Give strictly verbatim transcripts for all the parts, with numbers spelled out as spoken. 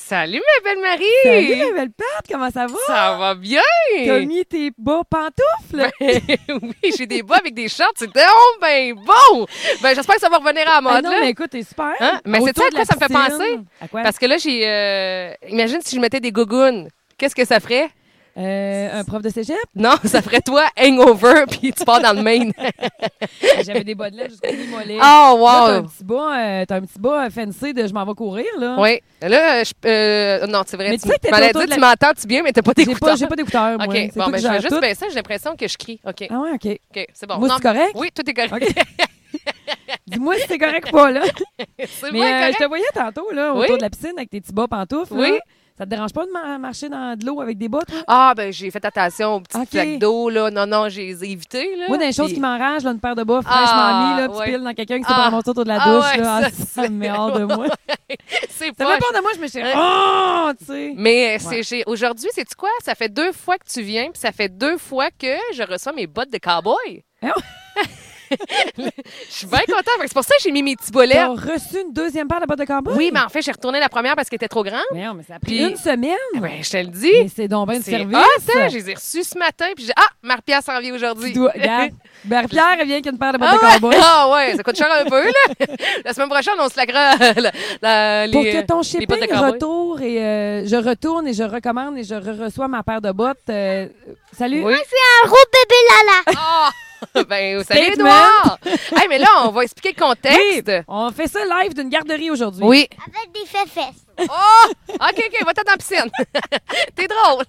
Salut, ma belle Marie! Salut, ma belle Pat, comment ça va? Ça va bien! T'as mis tes bas pantoufles? Ben, oui, j'ai des bas avec des shorts, c'est donc ben bon! Ben, j'espère que ça va revenir à la mode, Ah non, là. mais écoute, t'es super. Hein? Mais c'est ça à quoi ça me fait penser? À quoi? Parce que là, j'ai... euh, Imagine si je mettais des gougounes. Qu'est-ce que ça ferait? Euh, un prof de cégep? Non, ça ferait toi hangover, puis tu pars dans le Maine. J'avais des bas de lait jusqu'au mi-mollet. Oh, wow! Là, t'as un petit bas, euh, t'as un petit bas fancy de je m'en vais courir, là. Oui. Là, je, euh, non, c'est vrai. Mais tu tu sais que tu t'étais m'allais autour dire, de la- tu m'entends-tu bien, mais t'as pas J'ai pas, d'écouteurs. j'ai pas d'écouteurs, moi. OK, C'est bon, toi ben, qui je vais gères juste tout. baisser ça, j'ai l'impression que je crie. OK, Ah ouais, OK. OK, c'est bon. Moi, Non, c'est correct? Oui, tout est correct. OK. Dis-moi si c'est correct ou pas, là. c'est Mais vrai, euh, correct. je te voyais tantôt, là, Oui? autour de la piscine avec tes petits bas pantoufles. Oui. Là. Ça te dérange pas de ma- marcher dans de l'eau avec des bas, toi? Ah, ben, j'ai fait attention aux petites OK. flaques d'eau, là. Non, non, j'ai les ai évitées, là. Moi, dans les choses Puis- qui m'enragent, là, une paire de bas fraîchement Ah, mis, là, puis ouais. tu piles dans quelqu'un qui s'est Ah. pas remonté autour de la Ah, douche, ouais, là. ça, Ah, ça c'est- me met hors de moi. c'est Ça pas. me part de moi, je me suis dit, Ouais. oh, tu sais. Mais c'est, Ouais. j'ai- aujourd'hui, c'est-tu quoi? Ça fait deux fois que tu viens, puis ça fait deux fois que je reçois mes bottes de cowboy. Ah Je suis bien contente. Fait que C'est pour ça que j'ai mis mes petits bolets. T'as reçu une deuxième paire de bottes de cowboy? Oui, mais en fait, j'ai retourné la première parce qu'elle était trop grande. Mais non, mais ça a pris Puis- une semaine. Ah ben, je te le dis. Mais c'est donc bien de C'est service. hot, hein? Je les ai reçus ce matin, puis j'ai ah, Marie-Pierre s'en vient aujourd'hui. Tu dois- Regarde, Marie-Pierre, elle vient qu'une paire de bottes Ah de ouais, cowboy. ah ouais, ça coûte cher un peu, là. La semaine prochaine, on se laquera la, la- Pour les, que ton les bottes de shipping cowboy. retourne et euh, je retourne et je recommande et je reçois ma paire de bottes. euh, salut. Oui. Un gros bébé Lala. Ah! Ben, salut, Statement. Edouard! Hey, mais là, on va expliquer le contexte. Oui, on fait ça live d'une garderie aujourd'hui. Oui. Avec des fesses. Oh! OK, OK, va-t'en dans la piscine. T'es drôle.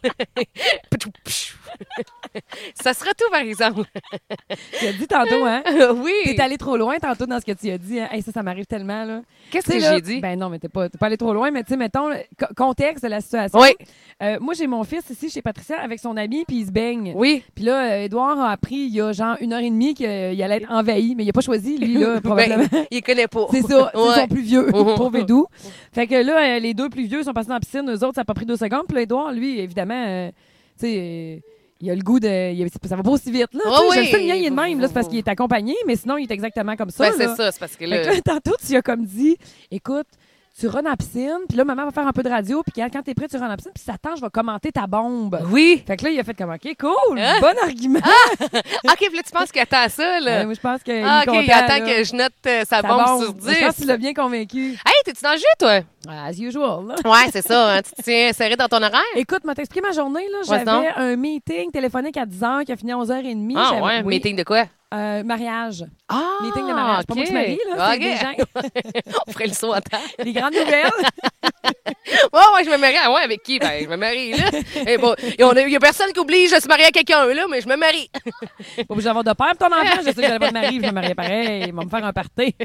Ça sera tout, par exemple. Tu as dit tantôt, hein? Oui. T'es allé trop loin tantôt dans ce que tu as dit. Hein? Hey, ça, ça m'arrive tellement, là. Qu'est-ce Tu sais, que là, j'ai dit? Ben non, mais t'es pas, t'es pas allé trop loin, mais tu sais, mettons, le co- contexte de la situation. Oui. Euh, moi, j'ai mon fils ici chez Patricia avec son ami, puis il se baigne. Oui. Puis là, euh, Édouard a appris il y a genre une heure et demie qu'il allait être envahi, mais il a pas choisi, lui, là, probablement. Ben, il connaît pas. C'est ça, c'est Ouais. son plus vieux, Mhm. pauvre Édou. Fait que là, euh, les deux plus vieux sont passés dans la piscine, eux autres, ça a pas pris deux secondes. Puis là, Édouard, lui, évidemment, euh, tu sais, euh, il a le goût de. il a- ça va pas aussi vite, là. Oh tu sais. oui. Je le sais, le mien, il est de même, là, c'est parce qu'il est accompagné, mais sinon, il est exactement comme ça. Ben, c'est là. ça, c'est parce que Fait là. que là, tantôt, tu as comme dit, écoute, tu rentres dans la piscine, puis là, maman va faire un peu de radio, puis quand, quand t'es prêt, tu rentres dans la piscine, puis ça attend, je vais commenter ta bombe. Oui. Fait que là, il a fait comme, OK, cool, Hein? bon argument. OK, puis là, tu penses qu'il attend ça, là? Ouais, moi, je pense qu'il Ah, est OK, content, il attend là. que je note euh, sa Sa bombe bombe. sur Je pense dix. qu'il l'a bien convaincu. Hey, t'es-tu dans le jus, toi? As usual, là. Ouais, c'est ça. Hein, tu te tiens serré dans ton horaire? Écoute, m'a t'expliqué ma journée, là. Ouais, J'avais un meeting téléphonique à dix heures qui a fini à onze heures trente. Ah, J'avais- ouais, oui. meeting de quoi? Euh, mariage. Ah! Meeting de mariage. Pas moi qui se marie, là. C'est OK. des gens. On ferait le saut à terre. Les grandes nouvelles. Ouais, ouais, je me marie. Ah, ouais, avec qui? Ben, je me marie, là. Et bon, il y a personne qui oblige de se marier à quelqu'un, là, mais je me marie. Pas obligé d'avoir de père pour ton enfant. Je sais que j'allais pas de mari, je me mariais pareil. Ils vont me faire un party.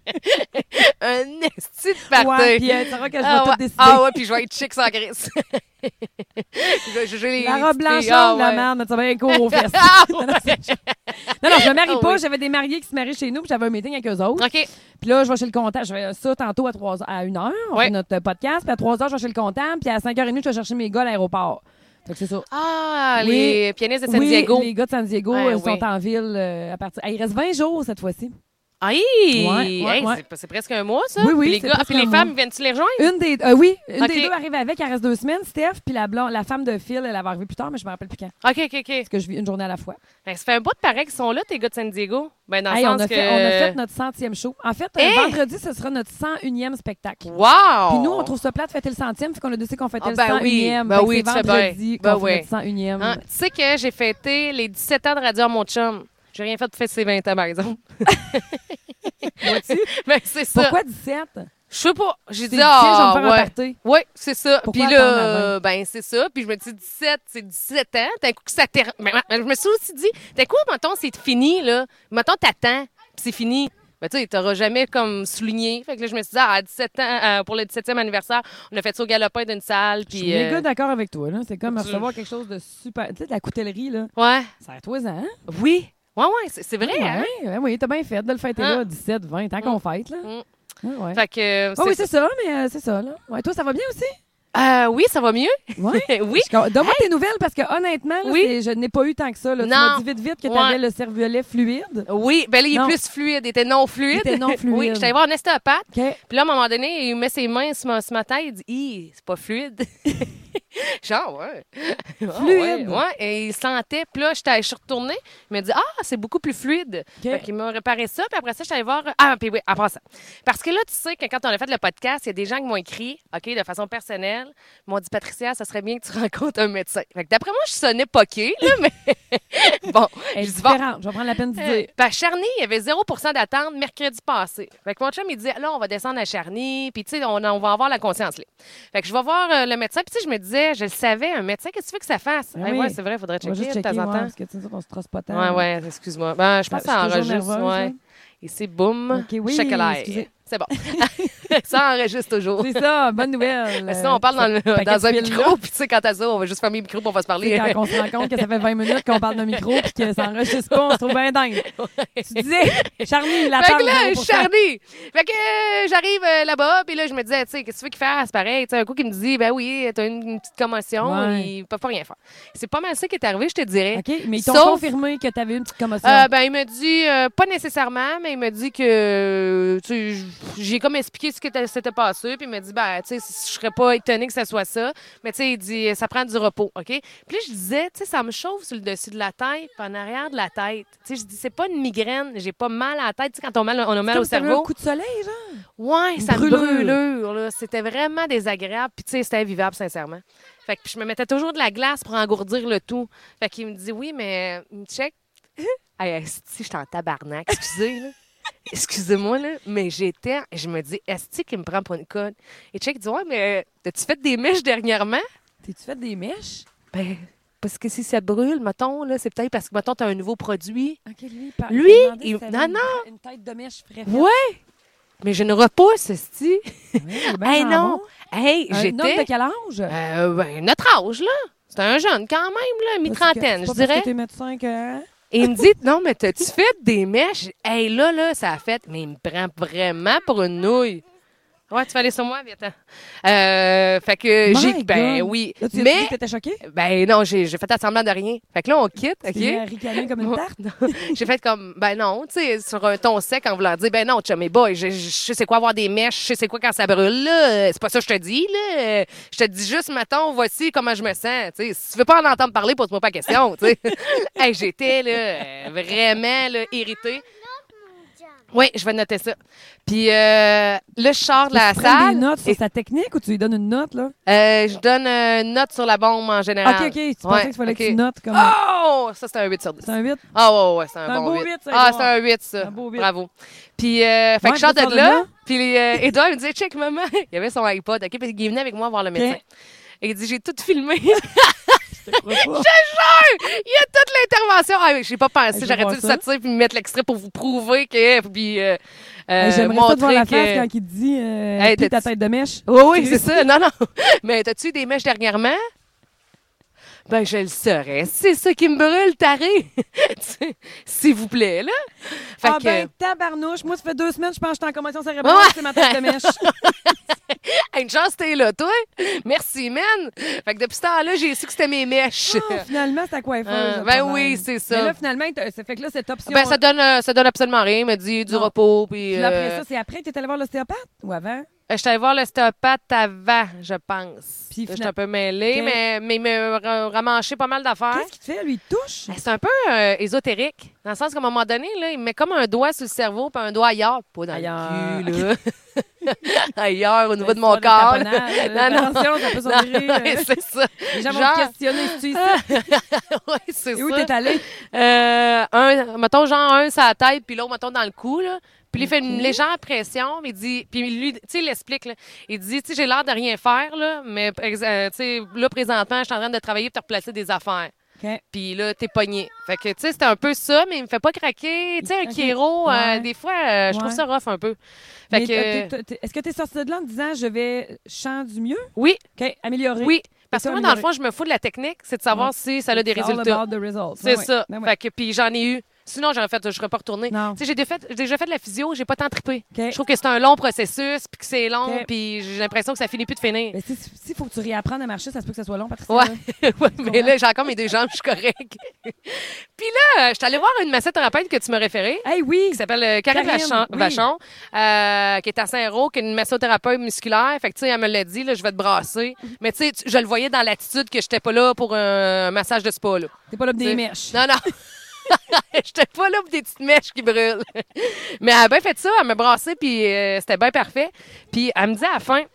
Un esti de party. Ouais, puis euh, tu sauras que je vais ah, tout ouais. décider. Ah, ouais, puis je vais être chic sans gris. je vais juger les. La les robe petites blanche, filles. Ah, la ouais. merde, mais ça va bien court aux fesses. Ah, Non, non, c'est- non, non, je me marie Ah, pas. oui. J'avais des mariés qui se marient chez nous, puis j'avais un meeting avec eux autres. OK. Puis là, je vais chez le comptable. Je fais ça tantôt à trois à une heure. On Ouais. fait notre podcast. Puis à trois heures, je vais chez le comptable. Puis à cinq heures trente, je vais chercher mes gars à l'aéroport. Fait que c'est ça. Ah, Oui. les pianistes de San oui, Diego. les gars de San Diego Ouais, euh, sont oui. en ville euh, à partir. Ah, il reste vingt jours cette fois-ci. Aïe! Ouais, ouais, Hey, ouais. c'est- C'est presque un mois, ça? Oui, oui, Puis les c'est gars, ah, presque puis les un femmes, mois. viennent-tu les rejoindre? Une des, euh, oui, une OK. des deux arrive avec. Elle reste deux semaines. Steph, puis la, blonde, la femme de Phil, elle va arriver plus tard, mais je me rappelle plus quand. OK, OK, OK. Parce que je vis une journée à la fois. Ben, ça fait un bout de pareil qu'ils sont là, tes gars de San Diego. Ben, dans Hey, le on, sens a que... fait, on a fait notre centième show. En fait, euh, Hey! vendredi, ce sera notre cent unième spectacle. Wow! Puis nous, on trouve ça plate de fêter le centième, fait qu'on a décidé qu'on fêtait Ah, le ben cent unième. oui, ben Fait que oui, c'est tu fais bien. vendredi Ben qu'on oui. fait notre cent unième. Hein, tu sais que j'ai fêté les dix-sept ans de Radio à mon chum. J'ai rien fait de fêter ses vingt ans, par exemple. Vois-tu? Ben, c'est ça. Pourquoi dix-sept? Je sais pas. J'ai C'est dit, dix-sept, je vais me ah, faire un ouais. party. Oui, c'est ça. Pourquoi Puis attendre là, à euh, ben c'est ça. Puis je me dis dix-sept, c'est dix-sept ans. D'un coup que ça termine. Mais, mais je me suis aussi dit, d'un coup, mettons, c'est fini, là. Mettons, t'attends, puis c'est fini. Ben, tu sais, t'auras jamais comme souligné. Fait que là, je me suis dit, ah, à dix-sept ans, euh, pour le dix-septième anniversaire, on a fait ça au galopin d'une salle. Je suis Puis. méga euh, d'accord avec toi. Là. C'est comme tu- recevoir quelque chose de super. Tu sais, de la coutellerie, là. Ouais. Ça a toi ans. Oui. Ouais, ouais, c'est c'est vrai, ouais, hein? ouais, oui, t'as bien fait de le fêter Hein? là, dix-sept, vingt, tant qu'on fête, là. Mm. Ouais, ouais. Fait que. euh, Ah oui, c'est- c'est ça, mais euh, c'est ça, là. Ouais, toi, ça va bien aussi? Euh, oui, ça va mieux. Ouais. Oui. Je- Donne-moi tes nouvelles parce que honnêtement, là, Oui. c'est- je n'ai pas eu tant que ça. Là. Tu Non. m'as dit vite, vite que tu avais Ouais. le cervelet fluide. Oui, ben là, il est Non. plus fluide. Il était non fluide. Il était non fluide. Oui, je suis allée voir un ostéopathe. OK. Puis là, à un moment donné, il met ses mains sur ma, sur ma tête. Il dit, hi, c'est pas fluide. Genre, ouais. Ah, Fluide. Ouais, ouais. Et il sentait. Puis là, j'étais- je suis retournée. Il m'a dit, ah, c'est beaucoup plus fluide. OK. Fait qu'il m'a réparé ça. Puis après ça, je suis allée voir. Ah, puis oui, après ça. Parce que là, tu sais que quand on a fait le podcast, il y a des gens qui m'ont écrit, OK, de façon personnelle, ils m'ont dit, Patricia, ça serait bien que tu rencontres un médecin. Fait que d'après moi, je sonnais poqué, là, mais bon. Elle est je dis, bon. différente. Je vais prendre la peine de Euh, dire. puis à Charny, il y avait zéro pour cent d'attente mercredi passé. Fait que mon chum, il dit, là, on va descendre à Charny, puis tu sais, on, on va avoir la conscience là. Fait que je vais voir euh, le médecin, puis tu sais, je me disais, je le savais, un médecin, qu'est-ce que tu veux que ça fasse? Ah Hey, oui. ouais, c'est vrai, il faudrait On va checker, juste de temps checker, en ouais, temps. parce que tu sais, on se trosse pas tant. Ouais, ouais, excuse-moi. Ben, je pense que Je ça suis toujours enregistre. nerveuse, Ouais. là. Et c'est boum, OK, oui, chocolat. excusez. C'est bon. Ça enregistre toujours. C'est ça, bonne nouvelle. Mais sinon, on parle dans, le- paquet dans de un fil-là. micro, puis tu sais, quand t'as ça, on va juste fermer le micro, puis on va se Tu sais, parler. quand on se rend compte que ça fait vingt minutes qu'on parle d'un micro puis que ça enregistre pas, on se trouve bien dingue. Tu disais, Charny, la Fait tente que là, zéro pour cent. Charny. Fait que euh, j'arrive euh, là-bas, puis là, je me disais, tu sais, qu'est-ce que tu veux qu'il fasse? Pareil, tu sais, un coup qui me dit, ben oui, t'as une, une petite commotion, Ouais. ils peuvent pas rien faire. C'est pas mal ça qui est arrivé, je te dirais. OK, mais ils t'ont Sauf- confirmé que tu avais une petite commotion. Euh, ben, il me dit, euh, pas nécessairement, mais il me dit que, euh, tu sais, j- j'ai comme expliqué ce qui était- s'était passé, puis il me dit, ben, tu sais, je serais pas étonnée que ça soit ça, mais tu sais, il dit, ça prend du repos, OK? Puis là, je disais, tu sais, ça me chauffe sur le dessus de la tête, puis en arrière de la tête. Tu sais, je dis, c'est pas une migraine, j'ai pas mal à la tête, tu sais, quand on, mal, on a mal Comme au si t'avais cerveau. un coup de soleil, genre. Ouais, Une ça me brûlure. brûlure, là. C'était vraiment désagréable, puis tu sais, c'était invivable, sincèrement. Fait que je me mettais toujours de la glace pour engourdir le tout. Fait qu'il me dit, oui, mais, il me check. Hey, esti, j'étais en tabarnak, excusez, là. Excusez-moi, là, mais j'étais. Je me dis, esti qui me prend pour une conne. Et check, il dit, ouais, mais t'as-tu fait des mèches dernièrement? T'es-tu fait des mèches? Ben, parce que si ça brûle, mettons, là, c'est peut-être parce que, mettons, t'as un nouveau produit. OK, lui, par- Lui, il m'a demandé il- si t'avais non, une- non. Une tête de mèche fraîche. Ouais! Mais je ne repousse, esti. Hey, non! Hey, Un homme j'étais. de quel âge? Euh, ben, notre âge, là. C'est un jeune quand même, là, mi-trentaine, je C'est pas parce dirais. que t'es médecin que... Et il me dit, non, mais t'as-tu fait des mèches? Hey, là, là, ça a fait. Mais il me prend vraiment pour une nouille. Ouais, tu vas aller sur moi, vite. Euh, fait que My j'ai. Ben God. oui. Là, tu as dit Mais. que t'étais choquée? Ben non, j'ai j'ai fait semblant de rien. Fait que là, on quitte, Tu t'es mis à OK? ricaner comme une Moi, tarte? non. J'ai fait comme, ben non, tu sais, sur un ton sec en voulant dire, ben non, chummy boy, je, je, je sais c'est quoi avoir des mèches, je sais c'est quoi quand ça brûle, là. Euh, C'est pas ça que je te dis, là. Euh, Je te dis juste, mettons, voici comment je me sens. Tu sais, si tu veux pas en entendre parler, pose-moi pas la question, tu sais. Hey, j'étais, là, euh, vraiment, là, irritée. Oui, je vais noter ça. Puis euh, là, je sors de la Tu prends salle. des notes sur et, sa technique ou tu lui donnes une note, là? euh, je donne euh, une note sur la bombe en général. OK, OK. Tu pensais Ouais, qu'il fallait OK. que tu notes comme... Oh! Ça, c'est un huit sur dix. C'est un huit? Ah, ouais, ouais, c'est un, C'est un bon beau huit. huit, ça, Ah, Édouard. c'est un huit, ça. Un beau huit. Bravo. Puis, euh, fait Ouais, que je sors puis tu de sors de là. là. Puis, euh, Édouard, il me disait, check, maman. Il y avait son iPod, OK? Puis, il est venu avec moi voir le médecin. Et il dit, j'ai tout filmé. Je te crois pas. Il y a toute l'intervention. Ah, oui, j'ai pas pensé. Je vais J'aurais voir dû le ça. sortir puis mettre l'extrait pour vous prouver que. Puis, euh, euh, J'aimerais ça te voir montrer la que. face quand il te dit euh, Hey, plie ta t'as-tu- tête de mèche. Oui, oui, c'est ça. Non, non. Mais t'as-tu eu des mèches dernièrement? Ben, je le saurais. C'est ça qui me brûle, taré. S'il vous plaît, là. Fait Ah que. ben, tabarnouche. Moi, ça fait deux semaines, je pense que je suis en commotion cérébrale. Ouais. C'est ma tête de mèche. Hey, une chance t'es là, toi. Merci, man. Fait que depuis ce temps-là, j'ai su que c'était mes mèches. Ah, finalement, c'est ta coiffeuse. Euh, le ben problème. oui, c'est ça. Mais là, finalement, t'as- ça fait que là, cette option... Ben, ça donne, euh, ça donne absolument rien. Il m'a dit du Non. repos. Puis, Puis là, après euh, ça, c'est après que tu es allé voir l'ostéopathe ou avant? je suis allée voir l'ostéopathe avant, je pense. Puis Là, je suis final- un peu mêlée, Ok. mais, mais il m'a ra- ramanché pas mal d'affaires. Qu'est-ce qu'il te fait? Lui, il te touche? Ben, c'est un peu euh, ésotérique. Dans le sens qu'à un moment donné, là, il me met comme un doigt sur le cerveau puis un doigt ailleurs. Pas dans Ailleurs. le cul, là. Ailleurs, au niveau de C'est mon ça, le corps. là. taponnage. Non, non. Attention, ça peut Non, s'en virer. ouais, euh, c'est ça. Les gens vont Genre- te questionner. Si tu es ici. Oui, c'est Et où ça. t'es allé? Euh, un, mettons, genre, un sur la tête, puis l'autre, mettons, dans le cou, là. Puis il fait une Ok. légère pression, mais il dit, puis lui, tu sais, il l'explique, là. Il dit, tu sais, j'ai l'air de rien faire, là, mais, ex- euh, tu sais, là, présentement, je suis en train de travailler pour te replacer des affaires. OK. Puis là, t'es pogné. Fait que, tu sais, c'était un peu ça, mais il me fait pas craquer. Tu sais, un Ok. kéro, euh, Ouais. des fois, euh, je trouve Ouais. ça rough un peu. Fait Mais que, t'as- t'as- t'as- est-ce que tu es sorti de là en disant je vais chant du mieux? oui, OK, améliorer. oui. Parce que ça, moi, dans le améliorer. fond, je me fous de la technique, c'est de savoir Ouais. si ça a des It's all résultats. about the results. C'est Ouais, ouais. ça. Ben ouais. Fait que, puis j'en ai eu. Sinon, j'aurais fait, je serais pas retournée. Non. Tu sais, j'ai déjà fait, j'ai déjà fait de la physio, j'ai pas tant trippé. OK. Je trouve que c'est un long processus, puis que c'est long, OK. puis j'ai l'impression que ça finit plus de finir. Mais si, si faut que tu réapprennes à marcher, ça se peut que ça soit long, Patricia. Ouais, là. ouais, mais là, j'ai encore mes deux jambes, je suis correcte. Puis là, je suis allée voir une massothérapeute que tu m'as référée, Hey, oui! qui s'appelle euh, Karine, Karine, Vachon, oui. Vachon, euh, qui est à Saint-Roch, qui est une massothérapeute musculaire. Fait que, tu sais, elle me l'a dit, là, je vais te brasser. Mais, tu sais, tu- je le voyais dans l'attitude que j'étais pas là pour un massage de spa, là. T'es pas là pour T'sais. des mèches. Non, non. J'étais pas là pour des petites mèches qui brûlent. Mais elle a bien fait ça, elle m'a brassé, puis euh, c'était bien parfait. Puis elle me dit à la fin,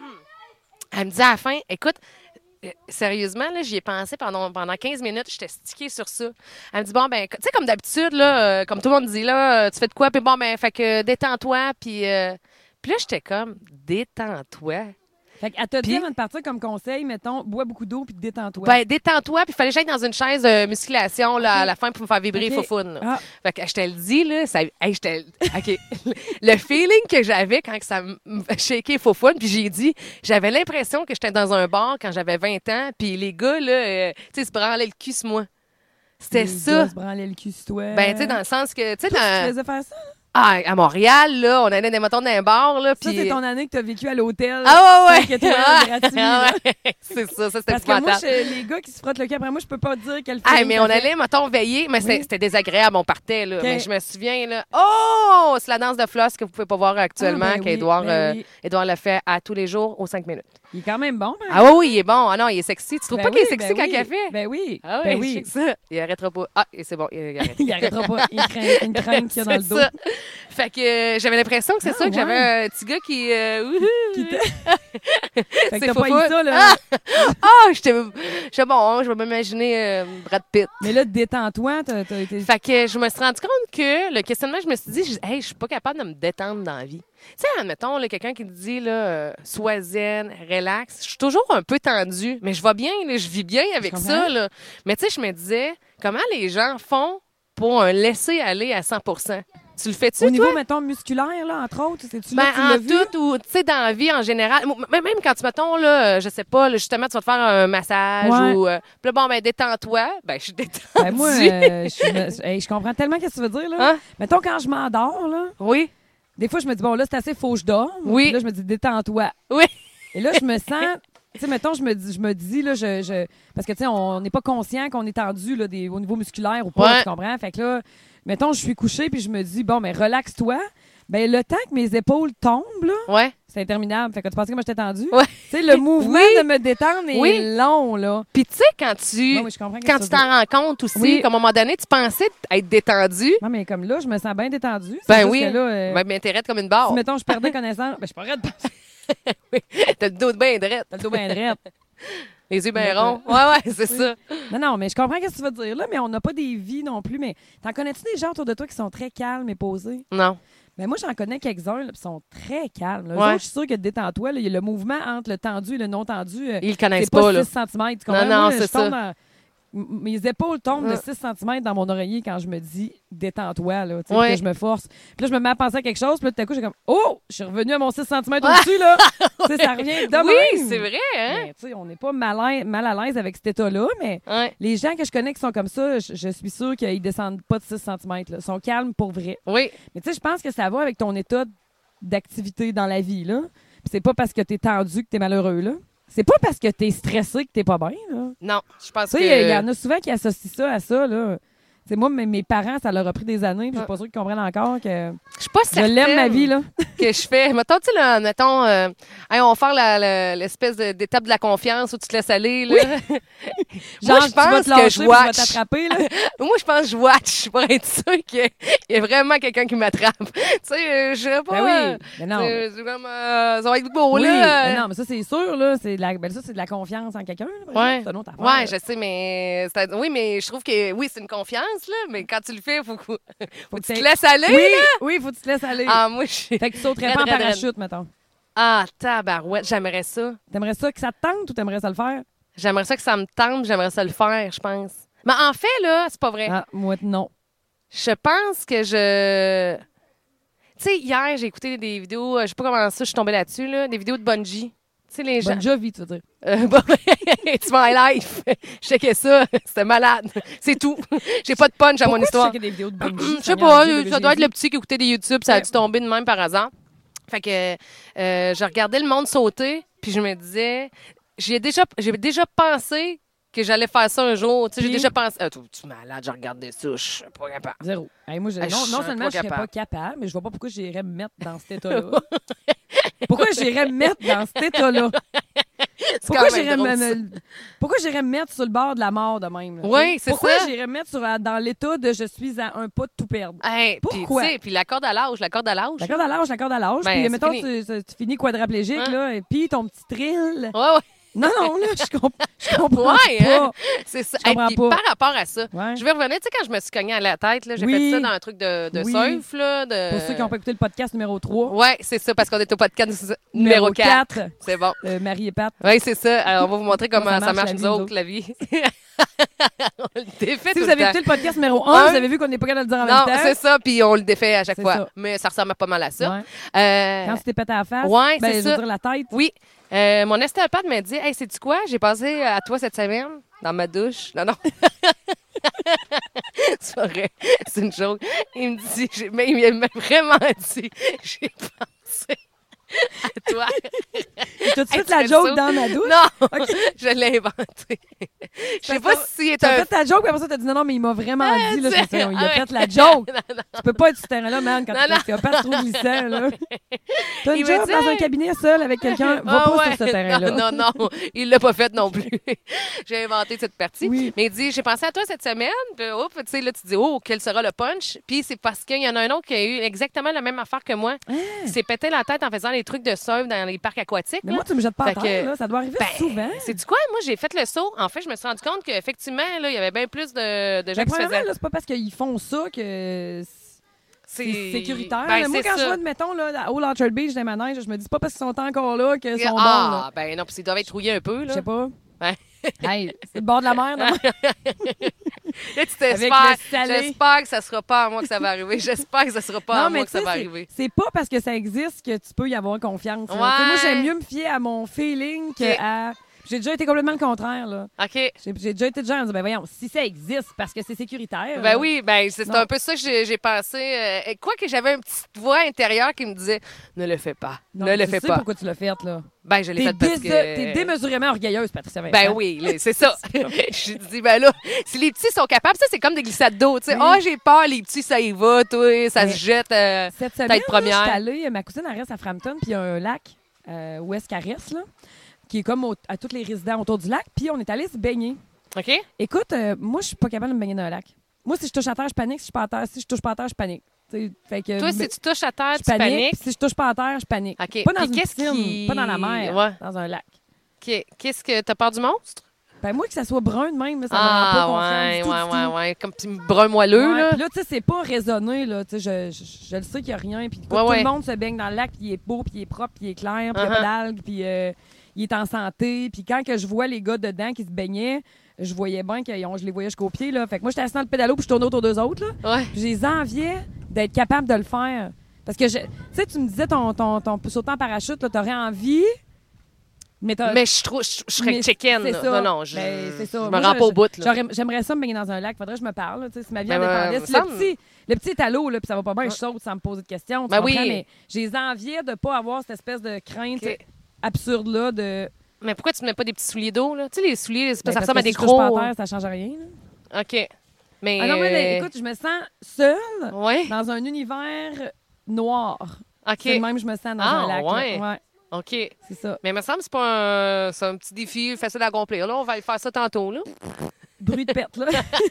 elle me dit à la fin, écoute, euh, sérieusement, là, j'y ai pensé pendant, pendant quinze minutes, j'étais stickée sur ça. Elle me dit, bon, ben, tu sais, comme d'habitude, là, euh, comme tout le monde dit, là, euh, tu fais de quoi, puis bon, ben, fait que détends-toi, puis... euh, puis là, j'étais comme, détends-toi. Fait qu'elle t'a dit Puis- avant de partir comme conseil, mettons, bois beaucoup d'eau puis détends-toi. Ben, détends-toi, puis il fallait que j'aille dans une chaise de musculation là, à la fin pour me faire vibrer OK. foufoune. là. Ah, Fait que je te le dis, là, ça, hey, je te le- OK. Le feeling que j'avais quand que ça me shakeait foufoune, puis j'ai dit, j'avais l'impression que j'étais dans un bar quand j'avais vingt ans, puis les gars, là, euh, tu sais, se branlaient le cul sur moi. C'était les ça. gars se branlaient le cul sur toi. Ben, tu sais, dans le sens que, tu sais, Toi, tu dans- faisais faire ça? ah, à Montréal, là, on allait des motons dans un bar, là, Ça, puis... c'est ton année que t'as vécu à l'hôtel. Ah ouais, cinq ouais! étoiles, gratuit, là. Ah ouais. C'est ça, ça, c'était Parce que moi, épouvantable. je- les gars qui se frottent le cul après moi, je peux pas te dire quel Ah, feeling mais ça on fait. allait, mettons, veiller, mais c'était Oui. c'était désagréable, on partait, là. OK. Mais je me souviens, là. Oh! C'est la danse de floss que vous pouvez pas voir actuellement, Ah, ben oui, qu'Édouard ben euh, oui. Édouard le fait à tous les jours aux cinq minutes. Il est quand même bon, ben. Ah oui, oui, il est bon. Ah non, il est sexy. Tu trouves Ben pas qu'il est oui, sexy ben quand oui. il a fait? Ben oui. Ah ben oui, oui. je sais que ça. Il arrêtera pas. Ah, et c'est bon, il arrête. Il arrêtera pas. Il craint une crainte qu'il y a dans le C'est dos. ça. Fait que euh, j'avais l'impression que c'est Ah, ça, que ouais. j'avais un petit gars qui... euh, wouhou! Qui t'a- Fait que C'est t'as pas fou. eu ça, là. Ah, j'étais j'étais bon, je vais m'imaginer euh, Brad Pitt. Mais là, détends-toi. T'as, t'as été... Fait que je me suis rendu compte que le questionnement, je me suis dit, je, hey, je suis pas capable de me détendre dans la vie. Tu sais, admettons, là, quelqu'un qui te dit, là, euh, sois zen, relax. Je suis toujours un peu tendue, mais je vais bien, là, je vis bien avec Je ça, comprends. là. Mais tu sais, je me disais, comment les gens font pour un laisser aller à cent pour cent? Tu le fais-tu, Au toi? niveau, mettons, musculaire, là, entre autres, c'est-tu là Ben, que tu l'as en vu? tout ou, tu sais, dans la vie en général. M- Même quand tu, mettons, là, euh, je sais pas, là, justement, tu vas te faire un massage Ouais. ou. euh, Puis là, bon, ben, détends-toi. Ben, je suis détendue. Ben, moi, euh, je, me- hey, je comprends tellement ce que tu veux dire, là. Hein? Mettons, quand je m'endors, là, Oui. des fois, je me dis, bon, là, c'est assez, faut que je dorme. Oui. Puis là, je me dis, détends-toi. Oui. Et là, je me sens. Tu sais, mettons, je me dis, je me dis là, je, je- parce que, tu sais, on n'est pas conscient qu'on est tendu, là, des, au niveau musculaire ou pas, Ouais. tu comprends? Fait que là, mettons, je suis couchée, puis je me dis, bon, mais relaxe-toi. Ben, le temps que mes épaules tombent, là, Ouais. c'est interminable. Fait que tu pensais que moi, j'étais tendue? Ouais. Tu sais, le mouvement Oui. de me détendre est Oui. long, là. Puis tu sais, quand tu, Ouais, oui, je comprends. quand qu'est-ce tu que veux dire. t'en rends compte aussi, Oui. qu'à un moment donné, tu pensais être détendu, Non, mais comme là, je me sens bien détendue. C'est ben juste oui, que là, euh, ben, ben, t'es raide comme une barre. si, mettons, je perdais connaissance, ben, je pourrais de T'as le dos de bien drette, T'as le dos bien drette. les yeux bien Mais, ronds. Ouais, ouais, c'est oui. ça. Non, non, mais je comprends ce que tu veux dire, là, mais on n'a pas des vies non plus. Mais t'en connais-tu des gens autour de toi qui sont très calmes et posés? Non. Mais moi, j'en connais quelques-uns, là, qui sont très calmes. Là. Eux Ouais. autres, je suis sûre que détends-toi, là, il y a le mouvement entre le tendu et le non tendu. euh, Ils le connaissent c'est pas, pas, là. six centimètres. Tu comprends? Non, non, Moi, c'est je tombe ça. dans- M- Mes épaules tombent de Ouais. six centimètres dans mon oreiller quand je me dis détends-toi, là, tu sais, Ouais. puis que je me force. Puis là, je me mets à penser à quelque chose, puis là, tout à coup, j'ai comme oh, je suis revenue à mon six centimètres au-dessus, là. Tu sais, ça revient de Oui, même. c'est vrai, hein? Mais, tu sais, on n'est pas mal à, mal à l'aise avec cet état-là, mais Ouais. les gens que je connais qui sont comme ça, je, je suis sûre qu'ils descendent pas de six centimètres. Là. Ils sont calmes pour vrai. Oui. Mais tu sais, je pense que ça va avec ton état d'activité dans la vie, là. Puis c'est pas parce que t'es tendu que t'es malheureux, là. C'est pas parce que t'es stressé que t'es pas bien, là. Non, je pense Tu que... sais, il y en a souvent qui associent ça à ça, là. Tu sais, moi, mes, mes parents, ça leur a pris des années, puis je suis pas sûre qu'ils comprennent encore que Je suis pas je certaine l'aime, ma vie, là. que je fais. Mettons, tu sais, là, mettons, euh, hey, on va faire la- la- l'espèce de- d'étape de la confiance où tu te laisses aller, là. Genre, Moi, je tu vas pense te que lâcher, je puis tu vas watch. t'attraper, là. Moi, je pense que je watch pour être sûr qu'il y a vraiment quelqu'un qui m'attrape. Tu sais, euh, je sais pas. Ben euh, oui. Mais non. c'est- c'est comme, euh, ça va être beau, Oui, là. mais non, mais ça, c'est sûr, là. C'est de la, ben, ça, c'est de la confiance en quelqu'un. là, par Ouais. exemple. C'est une autre affaire. Ouais, là. je sais, mais c'est- oui, mais je trouve que oui, c'est une confiance là, mais quand tu le fais, faut que, faut Faut que que tu te t'aies- laisses aller. Oui, oui, faut que tu te laisses aller. Ah, moi, je suis. Fait que tu sauterais Raide, pas en raide, raide. parachute, mettons. Ah, tabarouette, j'aimerais ça. T'aimerais ça que ça te tente ou t'aimerais ça le faire? J'aimerais ça que ça me tente, j'aimerais ça le faire, je pense. Mais en fait, là, c'est pas vrai. Ah, moi, non. Je pense que je. Tu sais, hier, j'ai écouté des vidéos, euh, je sais pas comment ça, je suis tombée là-dessus, là, des vidéos de bungee. Tu sais, les gens... Bon Jovi, tu veux dire. Euh, bon, It's my life. Je checkais ça. C'était malade. C'est tout. J'ai pas de punch à Pourquoi mon histoire. tu checkais des vidéos de Bon Jovi, Je sais Seigneur pas. Dieu, bébé Ça doit être Jésus? le petit qui écoutait des YouTube. Ça a Ouais. dû tomber de même par hasard. Fait que euh, je regardais le monde sauter, puis je me disais... J'ai déjà, j'ai déjà pensé que j'allais faire ça un jour. Tu sais, j'ai Puis? déjà pensé... Ah, tu tu es malade, je regardais ça. Je suis pas capable. Zéro. Hey, moi, je- Hey, non, je non serais seulement pas je serais pas capable. capable, mais je vois pas pourquoi j'irais me mettre dans cet état-là. Pourquoi j'irais me mettre dans cet état-là? C'est Pourquoi quand même j'irais drôle, me, ça. me- pourquoi j'irais me mettre sur le bord de la mort de même? là, Oui, tu sais? c'est Pourquoi ça. j'irais me mettre sur, dans l'état de je suis à un pas de tout perdre? Hey, puis, Pourquoi? tu sais, puis la corde à l'âge, la corde à l'âge. La corde à l'âge, la corde à l'âge. Ben, puis c'est mettons, fini. tu, tu- tu finis quadraplégique, Hein? là, et puis ton petit thrill. Ouais, ouais. Non, non, là, je, comp je comprends Ouais, pas. hein? C'est ça. Je comprends puis pas. par rapport à ça, Ouais. je vais revenir, tu sais, quand je me suis cognée à la tête, là, j'ai Oui. fait ça dans un truc de, de Oui. surf, là. De... Pour ceux qui n'ont pas écouté le podcast numéro trois. Ouais, c'est ça, parce qu'on est au podcast numéro quatre. quatre, C'est bon. euh, Marie et Pat. Oui, c'est ça. Alors, on va vous montrer comment Comment ça marche, la nous vie, autres, nous autres. la vie. On le défait Si tout vous le avez temps. écouté le podcast numéro un, Un. vous avez vu qu'on n'est pas capable de le dire en Non, même temps. c'est ça, puis on le défait à chaque C'est fois. ça. Mais ça ressemble pas mal à ça. Ouais. Euh, Quand tu t'es pété à la face, Ouais, ben, c'est je veux ça. dire la tête. Oui. Euh, mon ostéopathe m'a dit, hey, sais-tu quoi? J'ai passé à toi cette semaine dans ma douche. Non, non. C'est pas vrai. C'est une joke. Il me dit, j'ai- mais il m'a vraiment dit, j'ai pensé à toi. T'as-tu Hey, fait tu la fais joke ça? dans ma douche? Non, Ok. je l'ai inventé. Je sais Parce pas que si c'est T'as un... fait ta joke, puis après ça, t'as dit non, non, mais il m'a vraiment Ah, dit, là, tu c'est sais, ça. Il ah a ouais. fait la joke. Non, non. Tu peux pas être sur ce terrain-là, man, quand Non, tu non. fais pas trop glissant, là. T'as Il une me job dit, dans un hey. cabinet seul avec quelqu'un, va Ah pas ouais. sur ce terrain-là. Non, non, non. Il l'a pas fait non plus. J'ai inventé cette partie. Oui. Mais il dit, j'ai pensé à toi cette semaine. Puis, oups, tu sais, là, tu dis, oh, quel sera le punch? Puis c'est parce qu'il y en a un autre qui a eu exactement la même affaire que moi. Il s'est pété la tête en faisant les trucs de surf dans les parcs aquatiques. Mais là. moi, tu me jettes pas à Fait terre, que- là. Ça doit arriver Ben, souvent. C'est du quoi? Moi, j'ai fait le saut. En fait, je me suis rendu compte qu'effectivement, là, il y avait bien plus de, de gens Ben, qui se premièrement, faisaient. là, c'est pas parce qu'ils font ça que c'est sécuritaire. Ben, Moi, c'est quand ça. je vois, mettons, là, à Old Orchard Beach, des manèges, je me dis c'est pas parce qu'ils sont encore là qu'ils sont bons, là. Ah, ben non, puis ils doivent être rouillés un peu, Je là. sais pas. Ouais. Hey, c'est le bord de la mer, non? Là, tu Avec t'espères. le salé. J'espère que ça sera pas à moi que ça va arriver. J'espère que ça sera pas à Non, moi mais que tu ça va sais, arriver. c'est c'est pas parce que ça existe que tu peux y avoir confiance. là. Ouais. Tu sais, Moi, j'aime mieux me fier à mon feeling que Ok. à... J'ai déjà été complètement le contraire, là. OK. J'ai j'ai déjà été de genre à dire, ben voyons, si ça existe, parce que c'est sécuritaire. Ben oui, ben c'est Non. un peu ça que j'ai j'ai pensé. Euh, quoi que j'avais une petite voix intérieure qui me disait ne le fais pas, Non, ne le tu fais sais pas. pourquoi tu l'as fait, là. Ben je l'ai T'es fait parce dés- que t'es démesurément orgueilleuse, Patricia Vincent. Ben oui, là, c'est ça. Je dis ben là, si les petits sont capables, ça c'est comme des glissades d'eau, tu sais. Oui. Ah, j'ai peur, les petits ça y va, toi, ça Mais- se jette. euh, Cette semaine, Tête là, première. j'étais allée, ma cousine elle reste à Frampton, puis il y a un lac euh, où est-ce qu'elle reste, là, qui est comme au- à tous les résidents autour du lac, puis on est allé se baigner. OK? Écoute, euh, moi, je suis pas capable de me baigner dans un lac. Moi, si je touche à terre, je panique. Si je suis pas à terre, si je touche pas à terre, je panique. Tu sais, fait que, Toi, mais- si tu touches à terre, je tu paniques. puis Si je touche pas à terre, je panique. OK. Pas dans Puis une qu'est-ce piscine, qui- pas dans la mer, Ouais. dans un lac. OK. Qu'est-ce que t'as peur du monstre? Ben moi, que ça soit brun de même, là, ça me Ah, rend pas ouais, confiance. du tout, ouais, du ouais, tout. ouais. Comme petit brun moelleux, Ouais, là. puis là, tu sais, c'est pas raisonné, là. Tu sais, je, je, je le sais qu'il y a rien. Puis écoute, Ouais, tout ouais. le monde se baigne dans le lac, puis il est beau, puis il est propre, puis il est clair, puis il n'y a Uh-huh. pas d'algues, puis euh, il est en santé. Puis quand que je vois les gars dedans qui se baignaient, je voyais bien que je les voyais jusqu'aux pieds, là. Fait que moi, j'étais assis dans le pédalo, puis je tournais autour d'eux autres, là. Ouais. Puis je les enviais d'être capable de le faire. Parce que, je- tu sais, tu me disais ton, ton, ton sautant en parachute, là, t'aurais envie, mais t'as... Mais je trouve, je je serais mais chicken. c'est là. ça. Non, non, je, Ben, c'est ça. je me Moi, rends je- pas au bout, là. j'aurais- J'aimerais ça me baigner dans un lac. Faudrait que je me parle. là, tu sais, si ma vie en Ben, dépendait. euh, Si me le semble- petit, le petit est à l'eau, là, puis ça va pas bien, je saute sans me poser de questions. Tu Ben comprends? oui. Mais j'ai les enviais de pas avoir cette espèce de crainte OK. absurde-là de... Mais pourquoi tu ne mets pas des petits souliers d'eau, là? Tu sais, les souliers, c'est Ben, ça parce ressemble à que des si je touche pas gros. à terre, ça change rien. là. OK. Mais. Ah non, mais là, euh, écoute, je me sens seule Ouais. dans un univers noir. OK. C'est le même que je me sens dans Ah, un lac. là. ouais. Ouais, OK. c'est ça. Mais il me semble que c'est pas un, c'est un petit défi facile à accomplir. Là, on va aller faire ça tantôt, là. Bruit de pète, là.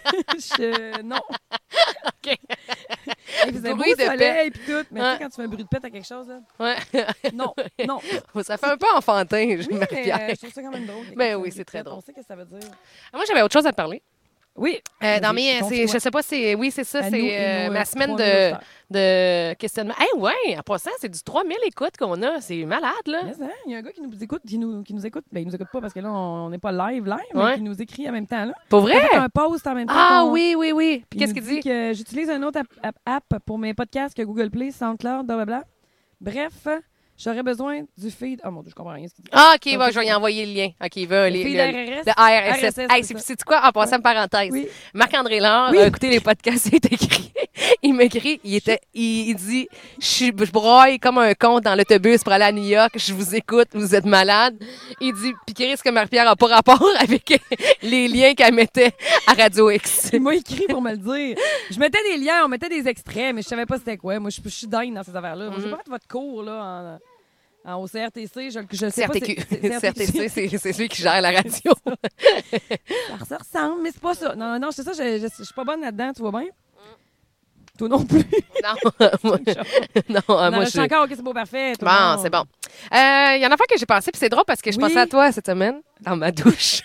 Je- Non. OK. Il faisait beau Bruit de soleil puis tout. Mais tu Ouais. sais, quand tu fais un bruit de pète à quelque chose, là... Ouais. Non, non. Ça fait un peu enfantin, je Oui, me mais Pierre. euh, je trouve ça quand même drôle. Ben Quand oui, tu c'est très fais, drôle. On sait ce que ça veut dire. Moi, j'avais autre chose à te parler. Oui. Euh, dans Vas-y, mes, c'est, confie-toi. je sais pas, c'est, oui, c'est ça, À c'est nous et euh, nos, ma euh, semaine trois de, auditeurs. de questionnement. Eh ouais, en passant, c'est du trois mille écoutes qu'on a. C'est malade, là. Mais, hein, il y a un gars qui nous écoute, qui nous, qui nous écoute. Ben, il nous écoute pas parce que là, on n'est pas live, live, mais Ouais. qui nous écrit en même temps. Là. Pour Il a vrai? fait un post en même temps. Ah qu'on- oui, oui, oui. Puis il qu'est-ce nous qu'il dit? que j'utilise un autre app, app- app pour mes podcasts que Google Play, SoundCloud, blablabla. Bref, J'aurais besoin du feed. Oh mon Dieu, je comprends rien ce qu'il dit. Ah, OK, bon, je vais y envoyer le lien. OK, il va. Le les- feed le- R R S? Le A R S S. R S S, Hey, c'est c'est ça. c'est quoi, en passant Ouais. en parenthèse? Oui. Marc-André Lard Oui. a écouté les podcasts, il est écrit. Il m'écrit, il était, il, il dit, je suis- je broye comme un con dans l'autobus pour aller à New York, je vous écoute, vous êtes malade. Il dit, puis qu'est-ce que Marie-Pierre a pas rapport avec les liens qu'elle mettait à Radio X. Il m'a écrit pour me le dire. Je mettais des liens, on mettait des extraits, mais je savais pas c'était quoi. Moi, je, je suis dingue dans ces affaires-là. Moi, j'ai Mhm. pas fait votre cours, là, en, en- au C R T C. Je, je sais pas. C R T Q. c'est- c'est- C R T C, c'est c'est celui qui gère la radio. Ça, ça ressemble, mais c'est pas ça. Non, non, c'est ça, je, je, je suis pas bonne là-dedans, tu vois bien? Toi non plus. Non, moi, non, Non, moi, je je suis encore, ok, c'est beau, parfait. tout le Bon, monde. c'est bon. Euh, Il y en a pas que j'ai pensé, puis c'est drôle parce que je Oui. pensais à toi cette semaine, dans ma douche.